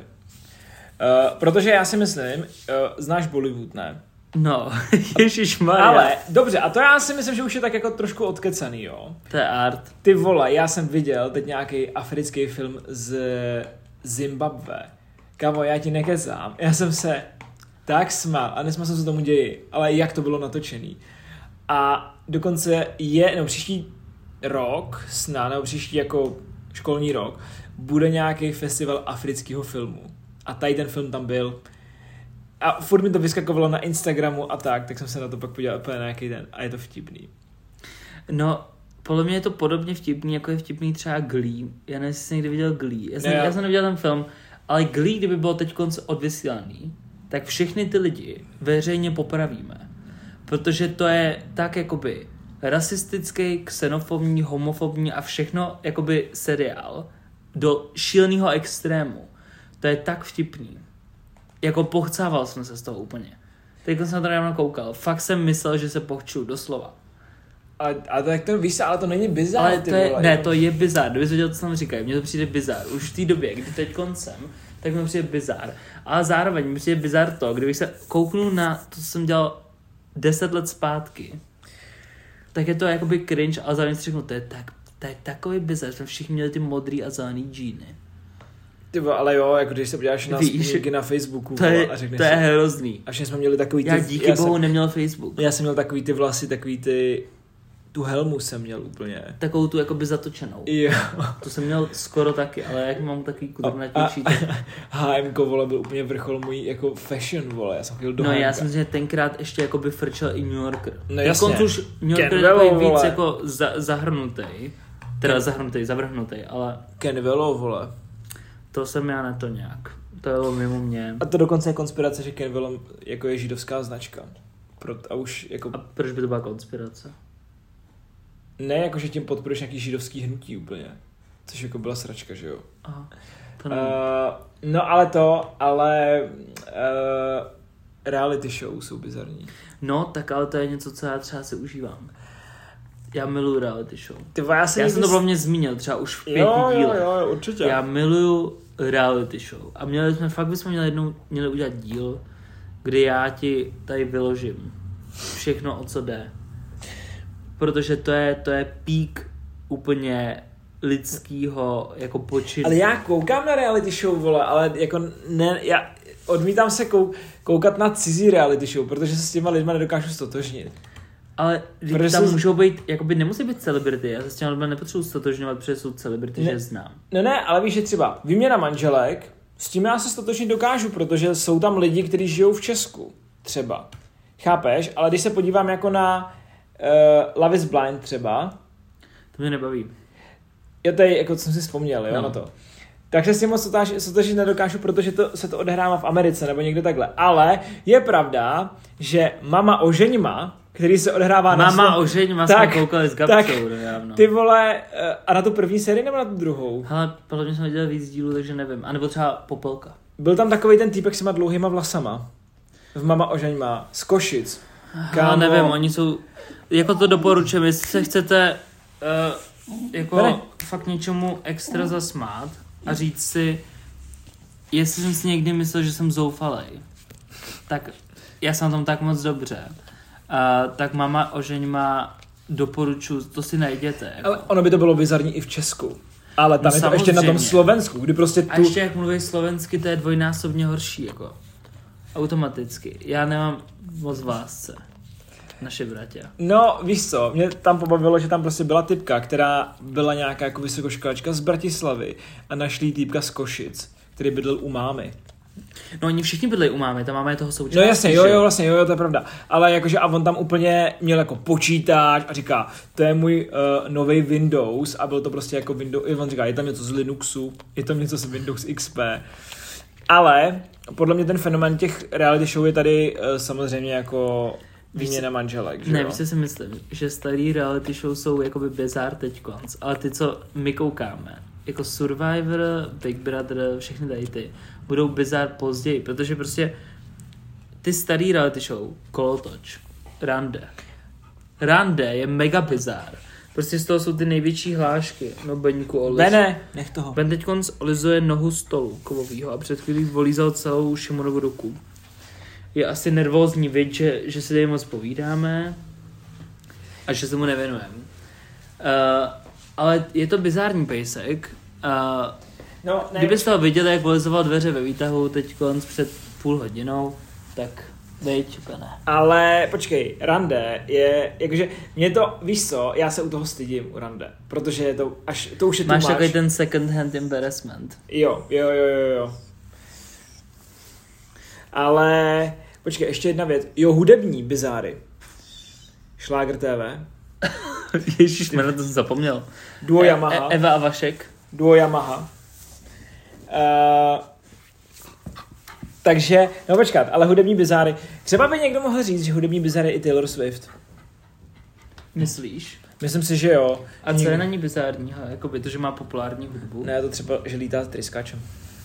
Uh, protože já si myslím, uh, znáš Bollywood, ne? No, ježišmarja. Ale, dobře, a to já si myslím, že už je tak jako trošku odkecaný, jo? To je art. Ty vole, já jsem viděl teď nějaký africký film z Zimbabwe. Kamo, já ti nekecám. Já jsem se tak smál a nesmál jsem se tomu ději, ale jak to bylo natočený. A dokonce je, no příští rok, snad, nebo příští jako školní rok, bude nějaký festival afrického filmu. A tady ten film tam byl. A furt mi to vyskakovalo na Instagramu a tak, tak jsem se na to pak podíval úplně na nějaký den. A je to vtipný. No, podle mě je to podobně vtipný, jako je vtipný třeba Glee. Já nevím, jestli jsi někdy viděl Glee. Já jsem, ne, já jsem neviděl ten film, ale Glee, kdyby bylo teď konc odvysílaný, tak všechny ty lidi veřejně popravíme. Protože to je tak jakoby rasistický, xenofobní, homofobní a všechno jakoby seriál do šíleného extrému. To je tak vtipný. Jako pochcával jsem se z toho úplně. Teď jsem na to dávno koukal. Fakt jsem myslel, že se pochču, doslova. A, a tak to víš, ale to není bizár, Ale ty to je, vole, ne, jako... to je bizár. Kdyby jsi viděl, co tam říkají, mně to přijde bizár. Už v té době, kdy teď koncem, tak mi přijde bizár. Ale zároveň mi přijde bizár to, kdybych se kouknul na to, co jsem dělal deset let zpátky, tak je to jakoby cringe, ale zároveň si řeknu, to je, tak, to je takový bizár, jsme všichni měli ty modrý a zelený džíny. Tybo, ale jo, jako když se podíváš na Víš, vzpomínky na Facebooku To je, a řekneš to je si, hrozný. a všichni jsme měli takový ty... Já díky já bohu jsem, neměl Facebook. já jsem měl takový ty vlasy, takový ty... Tu helmu jsem měl úplně. Takovou tu jakoby zatočenou. Jo. To jsem měl skoro taky, ale jak mám takový kudrnatější. H M ko, vole, byl úplně vrchol můj jako fashion, vole, já jsem chtěl do No H M ka. já jsem si, že tenkrát ještě jakoby frčel i New Yorker. No jasně. Dokonce už New Yorker je Kenvelo, takový víc vole. jako za, zahrnutý. Teda zahrnutý, zavrhnutý, ale Kenvelo, vole. to jsem já na to nějak. To bylo mimo mě. A to dokonce je konspirace, že Kenvelo jako je židovská značka. Proto, a už jako... A proč by to byla konspirace? Ne, jako že tím podporuješ nějaký židovský hnutí úplně. Což jako byla sračka, že jo? Aha, to Uh, nevím. no ale to, ale uh, reality show jsou bizarní. No, tak ale to je něco, co já třeba si užívám. Já miluju reality show. Ty, já jsem, Já jsem to pro mě zmínil, třeba už v pěti jo, jo, dílech. jo, určitě. Já miluju reality show. A měli jsme, fakt bychom měli jednou měli udělat díl, kdy já ti tady vyložím všechno, o co jde. Protože to je, to je pík úplně lidskýho jako počinu. Ale já koukám na reality show, vole, ale jako ne, já odmítám se kou, koukat na cizí reality show, protože se s těma lidma nedokážu stotožnit. Ale když tam můžou být, jakoby nemusí být celebrity, já se s těma lidma nepotřebuji stotožňovat, protože jsou celebrity, ne, že znám. No ne, ale víš, že třeba výměna manželek, s tím já se stotožnit dokážu, protože jsou tam lidi, kteří žijou v Česku, třeba. Chápeš? Ale když se podívám jako na uh, Love is Blind třeba. To mě nebaví. Jo, tady, jako jsem si vzpomněl, jo, no. na to. Takže s tím moc stotožnit nedokážu, protože to, se to odehrává v Americe, nebo někde takhle. Ale je pravda, že Mama ožeňma, který se odehrává na... Mama ožeňma jsme koukali s Gabčou nedávno. Ty vole, a na tu první sérii nebo na tu druhou? Hele, podle mě jsme viděli víc dílů, takže nevím. A nebo třeba Popelka. Byl tam takový ten týpek s těma dlouhýma vlasama. V Mama ožeňma. Z Košic. Já nevím, oni jsou... Jako to doporučujem, jestli se chcete uh, jako Bere. fakt něčemu extra zasmát a říct si, jestli jsem si někdy myslel, že jsem zoufalej, tak já jsem na tom tak moc dobře. Uh, tak Mama ožeňma doporučuji, to si najděte. Jako. Ale ono by to bylo bizarní i v Česku. Ale tam No je to ještě na tom samozřejmě. Slovensku, kdy prostě tu... A ještě jak mluví slovensky, to je dvojnásobně horší, jako. Automaticky. Já nemám moc v lásce. Naše bratě. No, víš co, mě tam pobavilo, že tam prostě byla typka, která byla nějaká jako vysokoškolačka z Bratislavy a našli týpka z Košic, který bydlel u mámy. No oni všichni bydli u mámy, ta máma je toho součástí. No jasně, jo, jo, vlastně, jo, jo, to je pravda. Ale jakože a on tam úplně měl jako počítač a říká, to je můj uh, nový Windows a byl to prostě jako Windows, on říká, je tam něco z Linuxu, je tam něco z Windows X P. Ale podle mě ten fenomén těch reality show je tady uh, samozřejmě jako výměna manželek, že ne, jo? víš, co si myslím, že starý reality show jsou jakoby bizár teďkonc, ale ty, co my koukáme, jako Survivor, Big Brother, všechny tady ty, budou bizár později, protože prostě ty starý reality show, Kolotoč, Rande. Rande je mega bizár. Prostě z toho jsou ty největší hlášky. No Beňku oliz. Bene, nech toho. Ben teďkonc olizuje nohu stolu kovovýho a před chvílí volízal celou Šimonovu ruku. Je asi nervózní, viď, že, že si tady moc povídáme a že se mu nevěnujeme. Uh, ale je to bizární pejsek. Uh, No, ne, Kdybyste ho viděli, jak volizoval dveře ve výtahu teď konc před půl hodinou, tak veď, pane. Ale počkej, Rande je, jakože, mě to, víš co, já se u toho stydím u Rande, protože je to, až, to už je tu Máš máš. takový ten second hand embarrassment. Jo, jo, jo, jo, jo. Ale, počkej, ještě jedna věc, jo, hudební bizáry. Šláger T V. Ježíš, na to jsem zapomněl. Duo E- Yamaha. E- Eva a Vašek. Duo Yamaha. Uh, takže, no počkat, ale hudební bizáry. Třeba by někdo mohl říct, že hudební bizáry je i Taylor Swift. Myslíš? Myslím si, že jo. A co je na ní bizárního? Jakoby to, že má populární hudbu? Ne, to třeba, že lítá s tryskáčem.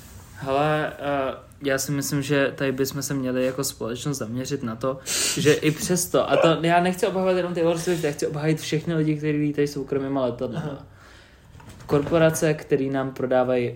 Hele, uh, já si myslím, že tady bychom se měli jako společnost zaměřit na to, že i přesto, a to já nechci obhajovat jenom Taylor Swift, já chci obhajit všechny lidi, kteří lítají soukromýma letadlama. Korporace, které nám prodávají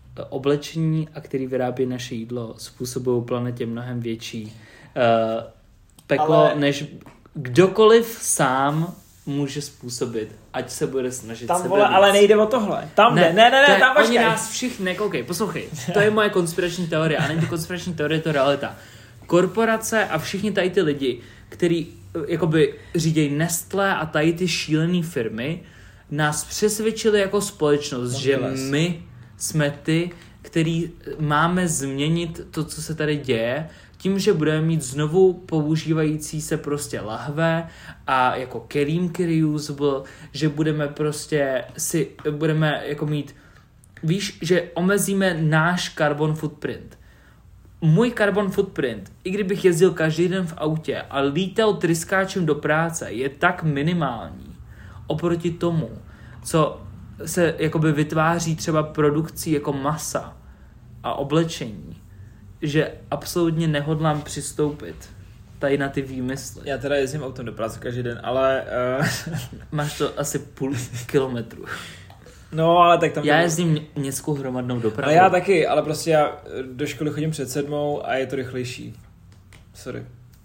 oblečení a který vyrábí naše jídlo, způsobují planetě mnohem větší uh, peklo, Ale... než kdokoliv sám může způsobit, ať se bude snažit Tam sebe vole, víc. ale nejde o tohle. Tam ne, jde, ne, ne, ne, je, tam oni počkej. nás všichni, nekoukej, poslouchej, to je moje konspirační teorie a není to konspirační teorie, to je realita. Korporace a všichni tady ty lidi, který jakoby řídějí Nestlé a tady ty šílený firmy, nás přesvědčili jako společnost, no, že les. my jsme ty, který máme změnit to, co se tady děje, tím, že budeme mít znovu používající se prostě lahve a jako kelímky reusable, že budeme prostě si, budeme jako mít, víš, že omezíme náš carbon footprint. Můj carbon footprint, i kdybych jezdil každý den v autě a lítal tryskáčem do práce, je tak minimální oproti tomu, co se jakoby vytváří třeba produkcí jako masa a oblečení, že absolutně nehodlám přistoupit tady na ty výmysly. Já teda jezdím autem do práce každý den, ale... Uh... Máš to asi půl kilometru. No, ale tak tam... Já to... jezdím městskou hromadnou dopravu. No já taky, ale prostě já do školy chodím před sedmou a je to rychlejší. Sorry.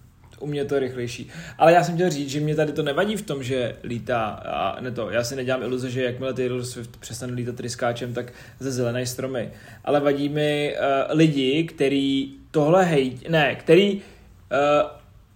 U mě to je rychlejší. Ale já jsem chtěl říct, že mě tady to nevadí v tom, že lítá a ne to. Já si nedělám iluze, že jakmile Taylor Swift přestane lítat tryskáčem, tak ze zelené stromy. Ale vadí mi uh, lidi, který tohle hejt, ne, který uh,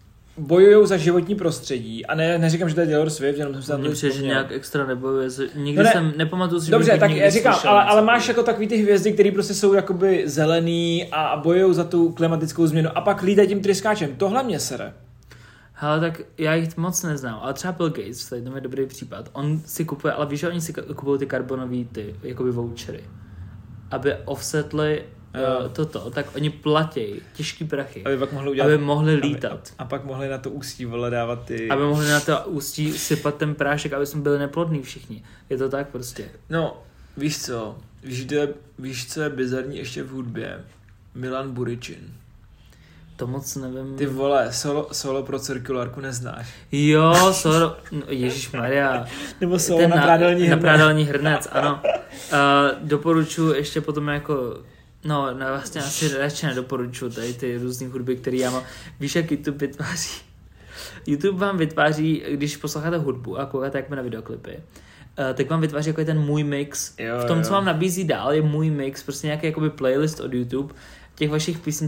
bojují za životní prostředí a ne, neříkám, že to je Taylor Swift, jenom jsem se tam Mně přijde, že nějak extra nebojuje. Nikdy no ne, jsem, nepamatuju si, dobře, že tak bych já říkám, ale, ale máš něco. jako takový ty hvězdy, které prostě jsou jakoby zelený a bojují za tu klimatickou změnu a pak lítají tím tryskáčem. Tohle mě sere. Hele, tak já jich moc neznám, ale třeba Bill Gates, to je dobrý případ. On si kupuje, ale víš, že oni si kupují ty karbonový ty, jakoby vouchery, aby offsetli uh, toto, tak oni platí těžký prachy, Aby pak mohli, udělat, aby mohli lítat. Aby, a pak mohli na to ústí vole dávat ty... Aby mohli na to ústí sypat ten prášek, aby jsme byli neplodní všichni. Je to tak prostě. No, víš co, víš, je, víš co je bizarní ještě v hudbě? Milan Buričin. To moc nevím. Ty vole, solo, solo pro cirkulárku neznáš. Jo, solo, no, ježišmarja. Nebo solo Ten na prádelní hrnec. Na prádelní hrnec, ano. Uh, doporučuji ještě potom jako, no, no vlastně asi radši nedoporučuji tady ty různý hudby, které já mám. Víš, jak YouTube vytváří? YouTube vám vytváří, když posloucháte hudbu a koukáte jak na videoklipy, uh, tak vám vytváří jako ten můj mix. Jo, v tom, jo. co vám nabízí dál, je můj mix, prostě nějaký jakoby playlist od YouTube těch vašich písniček.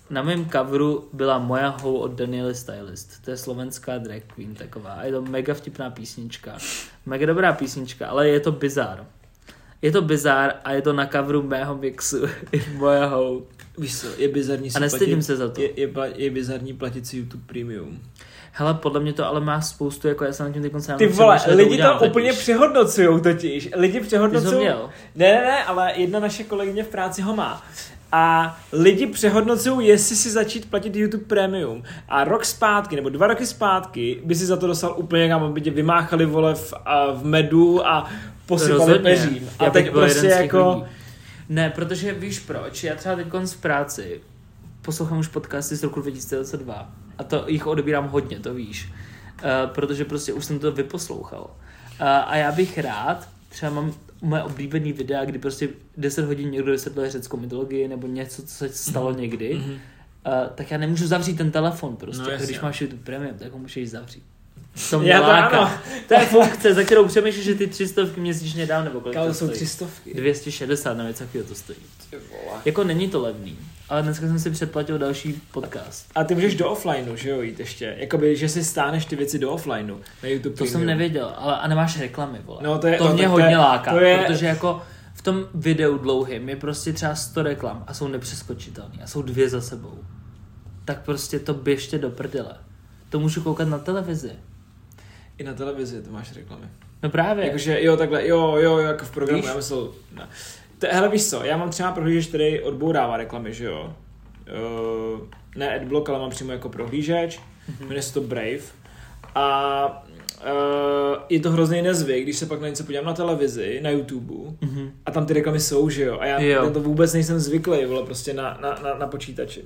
Na mém coveru byla Moja hou od Daniely Stylist. To je slovenská drag queen taková. A je to mega vtipná písnička. Mega dobrá písnička, ale je to bizár. Je to bizár a je to na coveru mého mixu. Moja hou. Víš co, je bizarní A nestydím se za to. Je, je, je bizarní platit si YouTube Premium. Hele, podle mě to ale má spoustu, jako já jsem na tím teď koncem. Ty vole, lidi to, to úplně přehodnocujou totiž. Lidi přehodnocují. Ne, ne, ne, ale jedna naše kolegyně v práci ho má. A lidi přehodnocují, jestli si začít platit YouTube Premium. A rok zpátky, nebo dva roky zpátky, by si za to dostal úplně kam, by tě vymáchali vole v, a v medu a posypali peřím. A teď prostě jako... Lidí. Ne, protože víš proč, já třeba teď v práci poslouchám už podcasty z roku dva tisíce dvacet dva a to jich odebírám hodně, to víš, uh, protože prostě už jsem to vyposlouchal. Uh, a já bych rád, třeba mám moje oblíbený videa, kdy prostě deset hodin někdo vysvětluje řeckou mytologii nebo něco, co se stalo někdy, mm-hmm. uh, tak já nemůžu zavřít ten telefon prostě. No, když máš YouTube Premium, tak ho můžeš zavřít. To mě láká. To je funkce, za kterou přemýšlíš, že ty tři stovky měsíčně dám, nebo kolik Kále, to jsou stojí? tři stovky. dvě stě šedesát, nevím, co to stojí. Jako není to levný. Ale dneska jsem si předplatil další podcast. A ty můžeš do offlineu, že jo, jít ještě. Jakoby, že si stáneš ty věci do offlineu na YouTube. To Premium. jsem nevěděl, ale a nemáš reklamy, vole. No, to je, to no, mě to hodně je, láká, to je... protože jako v tom videu dlouhým je prostě třeba sto reklam a jsou nepřeskočitelný a jsou dvě za sebou. Tak prostě to běžte do prdele. To můžu koukat na televizi. I na televizi to máš reklamy. No právě. Jakože jo, takhle, jo, jo, jako v programu, víš? Já myslel, ne. Te, hele, víš co, já mám třeba prohlížeč, který odbourává reklamy, že jo. Uh, ne adblock, ale mám přímo jako prohlížeč, mm-hmm. jmenuje se to Brave. A uh, je to hrozný nezvyk, když se pak na něco podívám na televizi, na YouTube, mm-hmm. a tam ty reklamy jsou, že jo. A já jo. to vůbec nejsem zvyklý, vole, prostě na, na, na, na počítači.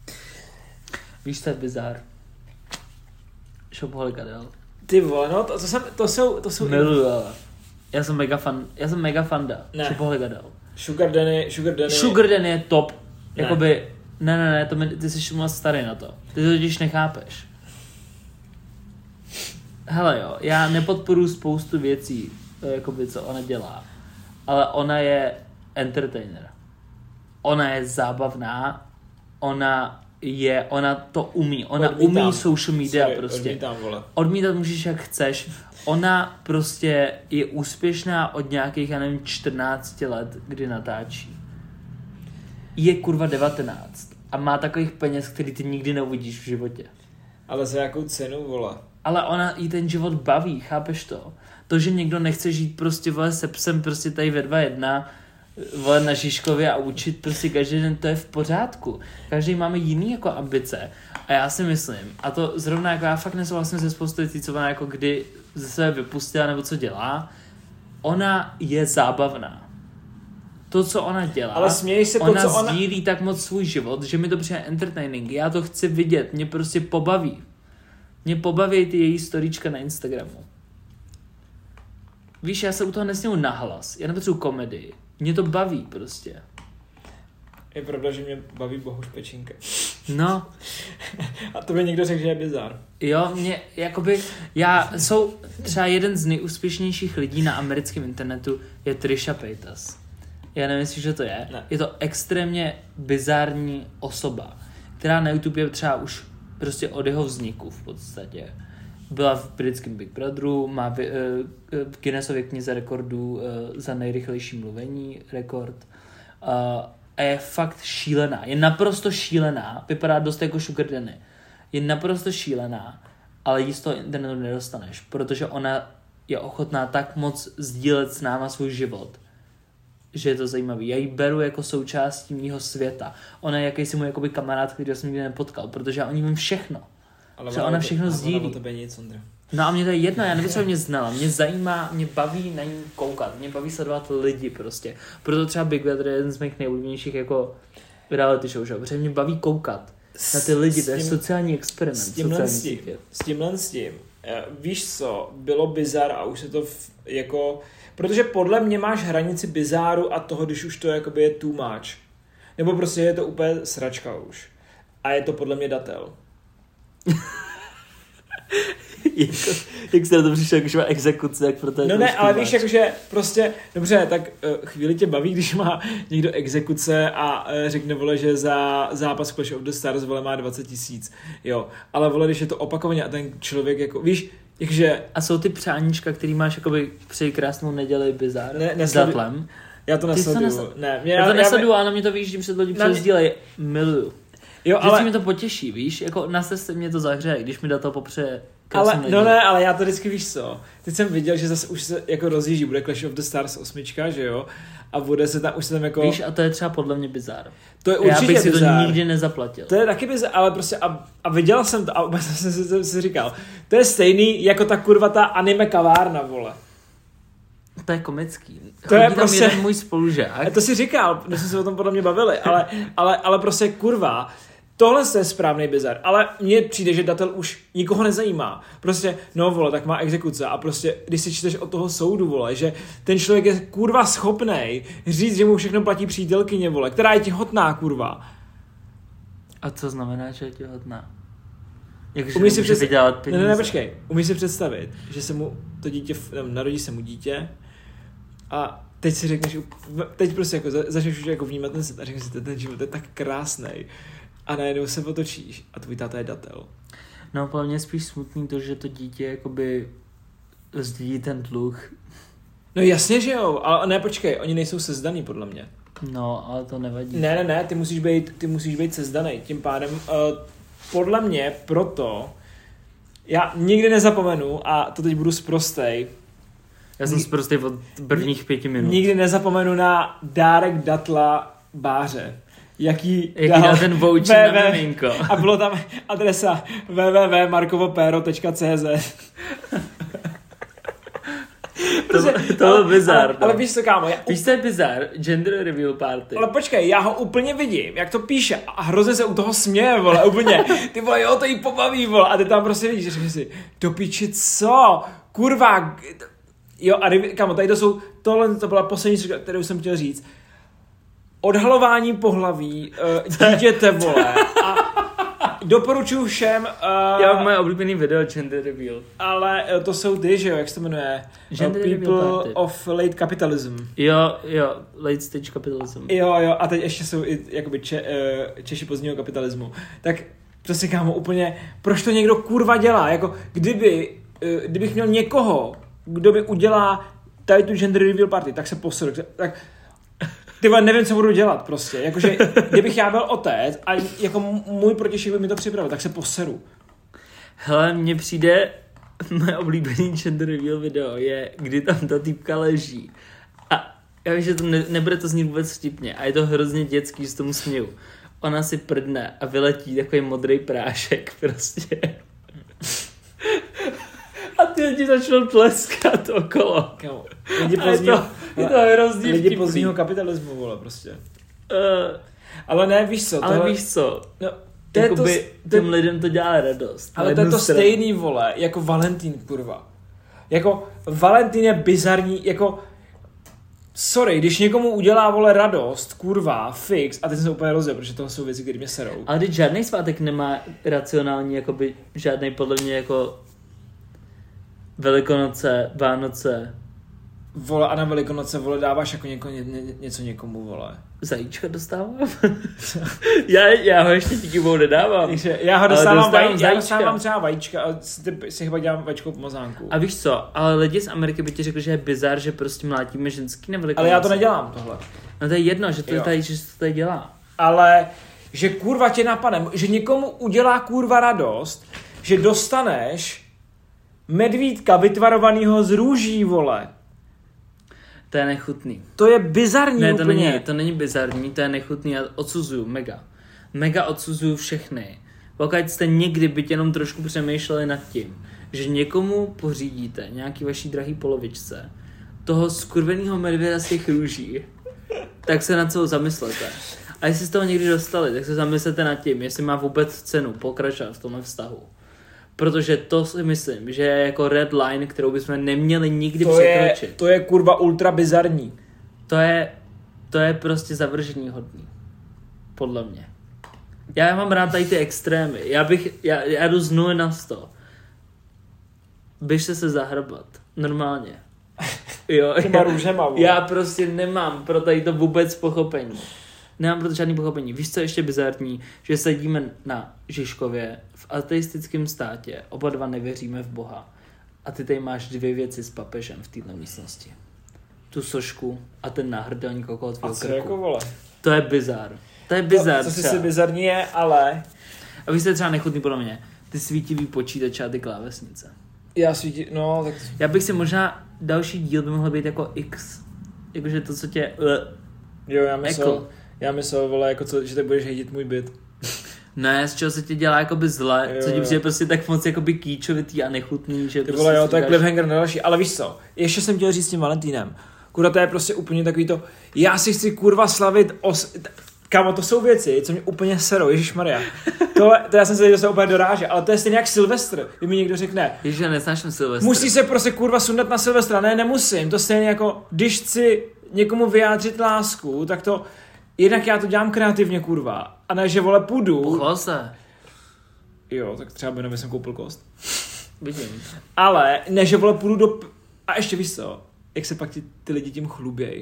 Víš, to je bizár. Shopaholic Adele. Ty vole, no to, to, jsem, to jsou... To jsou Miluju, ale. Já jsem mega fan, já jsem mega fanda. Shopaholic Adele. Sugar Danny, Sugar Danny... Sugar Danny je top. Ne. Jakoby, ne, ne, ne, to mi, ty jsi moc starý na to. Ty to totiž nechápeš. Hele jo, já nepodporuji spoustu věcí, jakoby, co ona dělá. Ale ona je entertainer. Ona je zábavná. Ona... je, ona to umí, ona odmítám. umí social media. Sorry, prostě. Odmítám, vole. Odmítat můžeš jak chceš. Ona prostě je úspěšná od nějakých, já nevím, čtrnáct let, kdy natáčí. Je kurva devatenáct a má takových peněz, který ty nikdy neuvidíš v životě. Ale za jakou cenu, vole? Ale ona jí ten život baví, chápeš to? To, že někdo nechce žít prostě, vole, se psem prostě tady ve dva jedna, vole, na Žižkově a učit prostě každý den, to je v pořádku. Každý máme jiný jako ambice a já si myslím, a to zrovna jako já fakt nesouhlasím se spoustu věcí, co ona jako kdy ze sebe vypustila nebo co dělá, ona je zábavná. To, co ona dělá, ale směj se ona to, co ona sdílí tak moc svůj život, že mi to přijde entertaining. Já to chci vidět, mě prostě pobaví. Mě pobaví ty její storíčka na Instagramu. Víš, já se u toho nesměju nahlas, já nepotřebuji komedii. Mě to baví prostě. Je pravda, že mě baví Bohuš Pečinka. No. A to by někdo řekl, že je bizar. Jo, mě, jakoby, já, jsou třeba jeden z nejúspěšnějších lidí na americkém internetu je Trisha Paytas. Já nevím, že to je. Ne. Je to extrémně bizární osoba, která na YouTube je třeba už prostě od jeho vzniku v podstatě. Byla v britském Big Brotheru, má v, v Guinnessově knize rekordů uh, za nejrychlejší mluvení rekord. Uh, a je fakt šílená. Je naprosto šílená. Vypadá dost jako Sugar Danny. Je naprosto šílená, ale jí z toho internetu nedostaneš, protože ona je ochotná tak moc sdílet s náma svůj život, že je to zajímavý. Já ji beru jako součástí mýho světa. Ona je jakýsi můj jakoby kamarád, který jsem nikdy nepotkal, protože já o ní vím všechno. Ale ona, ona všechno sdílí. Ona o tebe nic, Ondra. No a mě to je jedno, já nevím, co mě znala. Mě zajímá, mě baví na ní koukat, mě baví sledovat lidi prostě. Proto třeba Big Brother je jeden z mých nejoblíbenějších jako reality show, že? Protože mě baví koukat na ty lidi, to je sociální experiment. S tímhle s tím, s tímhle s tím, víš co, bylo bizar a už se to v, jako, protože podle mě máš hranici bizáru a toho, když už to jakoby je too much. Nebo prostě je to úplně sračka už. A je to podle mě datel. jako, jak jste na to přišel, když má exekuce, jak pro to je No ne, ale víš, jakože prostě, dobře, tak uh, chvíli tě baví, když má někdo exekuce a uh, řekne, vole, že za zápas Clash of the Stars, vole, má dvacet tisíc, jo, ale vole, když je to opakovaně a ten člověk, jako, víš, jakže... A jsou ty přáníčka, který máš, jakoby, přeji krásnou neděli bizár, ne, s datlem. Já to nesleduju. Ne, mě, já to já, nesleduju, já, ale mě to víš, když před lidí přesdílej, miluju. Jo, vždycky ale... mi to potěší, víš, jako na srdce mě to zahřeje, když mi dato popřeje. Ale, no ne, ale já to vždycky víš co, teď jsem viděl, že zase už se jako rozjíždí, bude Clash of the Stars osmička, že jo, a bude se tam, už se tam jako... Víš, a to je třeba podle mě bizár. To je určitě já bych si bizár. to nikdy nezaplatil. To je taky bizár, ale prostě a, a viděl jsem to a vůbec jsem si, si, si říkal, to je stejný jako ta kurva ta anime kavárna, vole. To je komický. To je Chodí tam prostě... jeden můj spolužák. A to si říkal, když jsme se o tom podle mě bavili, ale, ale, ale prostě kurva, tohle je správný bizar, ale mně přijde, že datel už nikoho nezajímá. Prostě, no vole, tak má exekuce a prostě, když si čteš od toho soudu, vole, že ten člověk je kurva schopnej říct, že mu všechno platí přítelkyně, vole, která je těhotná, kurva. A co znamená, že je těhotná? Jak, Umíš si představit, vydělat peníze? Ne, ne, ne, počkej, umíš si představit, že se mu to dítě, narodí se mu dítě a teď si řekneš, teď prostě jako začneš už jako vnímat ten svět a řekneš si, ten život je tak krásnej. A najednou se otočíš a tvůj táta je datel. No, pro mě je spíš smutný to, že to dítě jakoby sdílí ten dluh. No jasně, že jo, ale ne, počkej, oni nejsou sezdaný podle mě. No, ale to nevadí. Ne, ne, ne, ty musíš být, ty musíš být sezdaný. Tím pádem, uh, podle mě, proto, já nikdy nezapomenu, a to teď budu sprostej. Já jsem sprostej od prvních pěti minut. Nikdy nezapomenu na dárek datla Báře. Jaký, Jaký dal, dal ten voucher na miminko. A bylo tam adresa w w w tečka markovopero tečka c z. To, to byl bizár. Ale, ale víš co, kámo? Já, víš, co je bizár? Gender reveal party. Ale počkej, já ho úplně vidím, jak to píše a hrozně se u toho směje, vole, úplně. Ty vole, jo, to jí pobaví, vole. A ty tam prostě vidíš, řekni si, do piči, co? Kurva. Jo, a kámo, tady to jsou, tohle to byla poslední, kterou jsem chtěl říct. Odhalování pohlaví uh, dítěte, vole. A doporučuji všem... Uh, Já mám moje oblíbený video Gender Reveal. Ale uh, to jsou ty, že jo, jak se to jmenuje? Gender uh, People Reveal of Late Capitalism. Jo, jo, Late Stage Capitalism. Jo, jo, a teď ještě jsou i jakoby če, uh, Češi pozdního kapitalismu. Tak prostě kámo, úplně, proč to někdo kurva dělá? Jako, kdyby, uh, kdybych měl někoho, kdo mi udělá tady tu Gender Reveal party, tak se poseru. Tak ty vole, nevím, co budu dělat prostě. Jakože, kdybych já byl otec a jako můj protějšek by mi to připravil, tak se poseru. Hele, mně přijde, moje oblíbený gender reveal video je, kdy tam ta týpka leží. A já vím, že to ne, nebude to znít vůbec vtipně a je to hrozně dětský, že tomu směju. Ona si prdne a vyletí takový modrý prášek prostě. A ty lidi začnou tleskat okolo. Kámo, lidi pozdního, je to, je to hrozně lidi pozdního kapitalismu, vole, prostě. Uh, ale ne, víš co. Ale tohle, víš co, no, to je to, těm to, lidem to dělá radost. Ale to je to stranu. Stejný, vole, jako Valentín, kurva. Jako Valentín je bizarní, jako sorry, když někomu udělá, vole, radost, kurva, fix, a teď jsem se úplně rozděl, protože to jsou věci, které mě serou. Ale teď žádný svátek nemá racionální, jakoby žádný podle mě jako Velikonoce, Vánoce. Vole, a na Velikonoce, vole, dáváš jako něko, ně, ně, něco někomu, vole. Zajíčka dostávám? já, já ho ještě díky bohu nedávám. Takže já ho dostávám, vaj, já dostávám třeba vajíčka a si, si chyba dělám vajíčkovou pomazánku. A víš co, ale lidi z Ameriky by ti řekli, že je bizar, že prostě mlátíme ženský na Velikonoce. Ale já to nedělám, tohle. No to je jedno, že to, je tady, že to tady dělá. Ale, že kurva tě napadne, že někomu udělá kurva radost, že dostaneš medvídka vytvarovanýho z růží, vole. To je nechutný. To je bizarní ne, úplně. to není, to není bizarní, to je nechutný, já odsuzuju, mega. Mega odsuzuju všechny. Pokud jste někdy byť jenom trošku přemýšleli nad tím, že někomu pořídíte nějaký vaší drahý polovičce toho skurvenýho medvěda z těch růží, tak se nad celou zamyslete. A jestli jste ho někdy dostali, tak se zamyslete nad tím, jestli má vůbec cenu pokračovat v tomhle vztahu. Protože to si myslím, že je jako red line, kterou bychom neměli nikdy to překročit. Je, to je kurva ultra bizarní. To je, to je prostě zavržení hodný. Podle mě. Já mám rád tady ty extrémy. Já bych, já, já jdu z nuly na sto. běžte se zahrbat. Normálně. Jo, Těma růžema, vole. já prostě nemám pro tady to vůbec pochopení. Nemám pro to žádný pochopení. Víš, co je ještě bizarní? Že sedíme na Žižkově v ateistickém státě, oba dva nevěříme v Boha. A ty tady máš dvě věci s papežem v této místnosti. Tu sošku a ten náhrdelník okolo tvého A co krku. jako, vole? To je bizar. To je bizar. To, co si bizarní je, ale... A vy jste třeba nechutný podle mě. Ty svítivý počítače a ty klávesnice. Já svítí, no tak... Já bych si možná, další díl by mohl být jako X. Jakože to, co tě... Jo, já myslel, Ekl. já myslel, vole, jako co, že tak budeš hejtit můj byt. Ne, z čeho se ti dělá jakoby zle, Jo, co ti jo. přijde prostě tak moc jakoby kýčovitý a nechutný, že Ty prostě vole, jo, si to je říkáš- cliffhanger na další, ale víš co, ještě jsem chtěl říct s tím Valentínem. Kurva, to je prostě úplně takový to, já si chci kurva slavit os... Kámo, to jsou věci, co mě úplně serou, ježišmarja. Tohle, to já jsem se dostal úplně do ráže, ale to je stejně jak Silvestr, kdy mi někdo řekne, Ježiš, já nesnáším Silvestr. musí se prostě kurva sundat na Silvestra, ne, nemusím, to stejně jako, když chci někomu vyjádřit lásku, tak to, jednak já to dělám kreativně, kurva, a ne, že vole půjdu. Pochval se. Jo, tak třeba by jsem koupil kost. Vidím. Ale ne, že vole půjdu do... A ještě víš co, jak se pak ti, ty lidi tím chlubějí.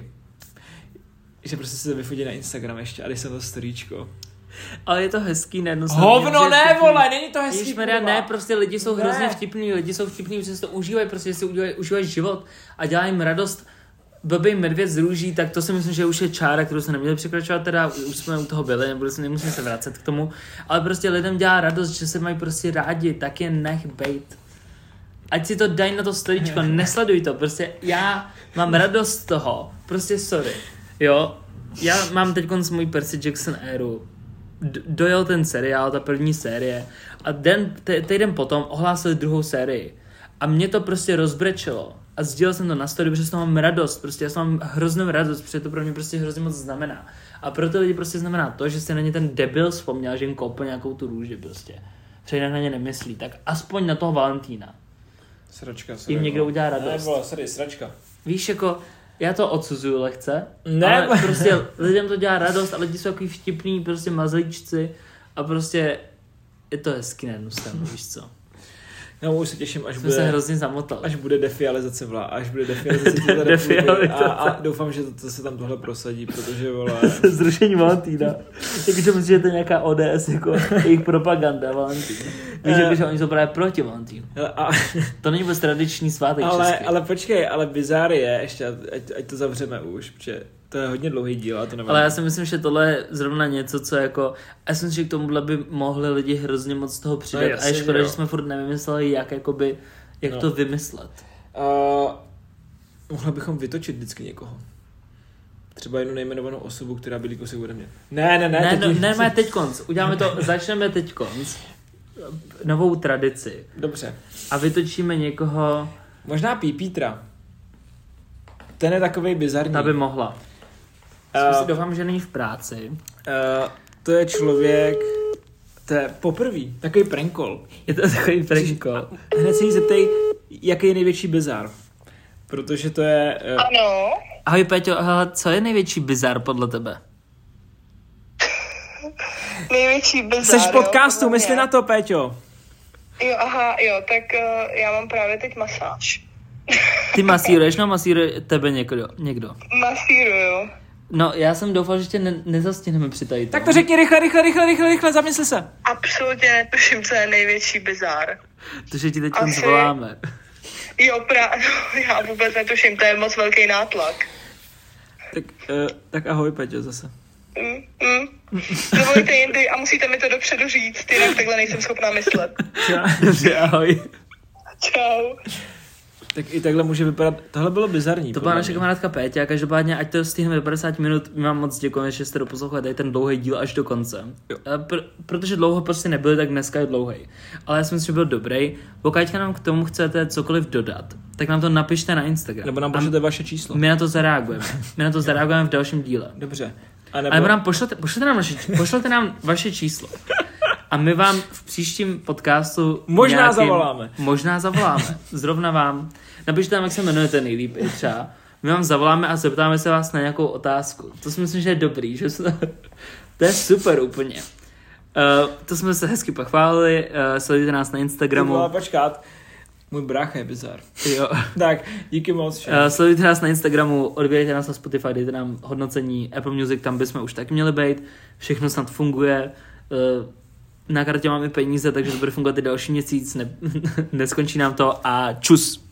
Že prostě se vyfotí na Instagram ještě a dej se to storíčko. Ale je to hezký na jednu Hovno, ne vole, není to hezký, Ježišmarja, kurva. ne, prostě lidi jsou Ne. hrozně vtipní, lidi jsou vtipní, že si to užívají, prostě si užívají, užívají život a dělají jim radost. Blbej medvěd z růží, tak to si myslím, že už je čára, kterou se neměli překračovat, teda už jsme u toho byli, nebudu se, nemusím se vracet k tomu, ale prostě lidem dělá radost, že se mají prostě rádi, tak je nech bejt. Ať si to dají na to storíčko, nesleduj to, prostě já mám radost z toho, prostě sorry, jo, já mám teď konc můj Percy Jackson éru, D- dojel ten seriál, ta první série a den, t- týden potom ohlásili druhou sérii a mě to prostě rozbrečelo a sdílel jsem to na story, protože z toho mám radost, prostě já mám hroznou radost, protože to pro mě prostě hrozně moc znamená a pro ty lidi prostě znamená to, že se na ně ten debil vzpomněl, že jim koupil nějakou tu růži prostě, protože na ně nemyslí, tak aspoň na toho Valentína. Sračka, sorry. Jim někdo vole. udělá Ne, radost. vole, sorry, sračka. Víš, jako, já to odsuzuju lehce, Ne, ale bo- prostě lidem to dělá radost a lidi jsou takový vtipný, prostě mazlíčci a prostě je to hezky na jednu stranu, víš co. No, už se těším, až Jsme bude... se hrozně zamotali. Až bude defializace vla, až bude defializace této Defializace. republiky a, a doufám, že to, to se tam tohle prosadí, protože vole... Zrušení Valentína. Takže myslím, že je to nějaká O D S, jako jejich propaganda Valentín. Víš, jako, že oni jsou právě proti Valentínu. Hele, a, To není vůbec tradiční svátek ale, český. ale počkej, ale bizár je, ještě, ať, ať to zavřeme už, protože to je hodně dlouhý díl a to nevím. Ale já si myslím, že tohle je zrovna něco, co jako... A já si myslím, že k tomuhle by mohli lidi hrozně moc z toho přidat. No A jasně, je škoda, že že jo. jsme furt nevymysleli, jak, jakoby, jak No. to vymyslet. Uh, mohli bychom vytočit vždycky někoho. Třeba jednu nejmenovanou osobu, která bydlí kousek ode mě. Ne, ne, ne. Ne, teď no, už- ne, ne, teď konc. Uděláme to, začneme teď konc. Novou tradici. Dobře. A vytočíme někoho, Možná Pípítra. Ten je takovej bizarní. ta by mohla. Uh, Uh, doufám, že není v práci. uh, to je člověk, to je poprvý, takový prankol. Je to takový pranko. Hned se jí zeptej, jaký je největší bizar. Protože to je... Uh, Ano, Ahoj Péťo, hele, co je největší bizar podle tebe? největší bizar. Jseš v podcastu, jo, podle mysli mě. na to, Péťo. Jo, aha, jo, tak uh, já mám právě teď masáž. Ty masíruješ, no masíruje tebe někdo. někdo. Masíruju. No, já jsem doufal, že tě ne- nezastihneme při tady Tak to řekni rychle, rychle, rychle, rychle, rychle, zamysli se. Absolutně netuším, co je největší bizar. To, že ti teď Asi- zvoláme. Jo, pra... no, já vůbec netuším, to je moc velký nátlak. Tak, uh, tak ahoj, Péťo, zase. Mm, mm. Dovolíte jindy a musíte mi to dopředu říct, jinak takhle nejsem schopná myslet. Dobře, ahoj. Čau. Tak i takhle může vypadat, tohle bylo bizarní. To podle byla naše mě. kamarádka Péťa, každopádně, ať to stihneme do padesát minut, my vám moc děkujeme, že jste doposlouchali tady ten dlouhý díl až do konce. Jo. A Pr- protože dlouho prostě nebyl, tak dneska je dlouhý. Ale já si myslím, že byl dobrý. Pokud nám k tomu chcete cokoliv dodat, tak nám to napište na Instagram. Nebo nám A pošlete vaše číslo. my na to zareagujeme. My na to zareagujeme v dalším díle. Dobře. A Nebo... nebo... Ale nám pošlete, pošlete, nám naše, pošlete nám vaše číslo. A my vám v příštím podcastu Možná zavoláme. Možná zavoláme. Zrovna vám. Napište nám, jak se jmenujete nejlíp i třeba. My vám zavoláme a zeptáme se vás na nějakou otázku. To si myslím, že je dobrý. Že se... To je super úplně. Uh, to jsme se hezky pochválili. Uh, sledujte nás na Instagramu. Ale počkat. Můj brácha je bizar. Jo. Tak, díky moc. Uh, sledujte nás na Instagramu, odběrejte nás na Spotify, dejte nám hodnocení Apple Music, tam bychom už tak měli být. Všechno snad funguje. Uh, na kartě máme peníze, takže to bude fungovat i další měsíc. Ne- neskončí nám to a čus.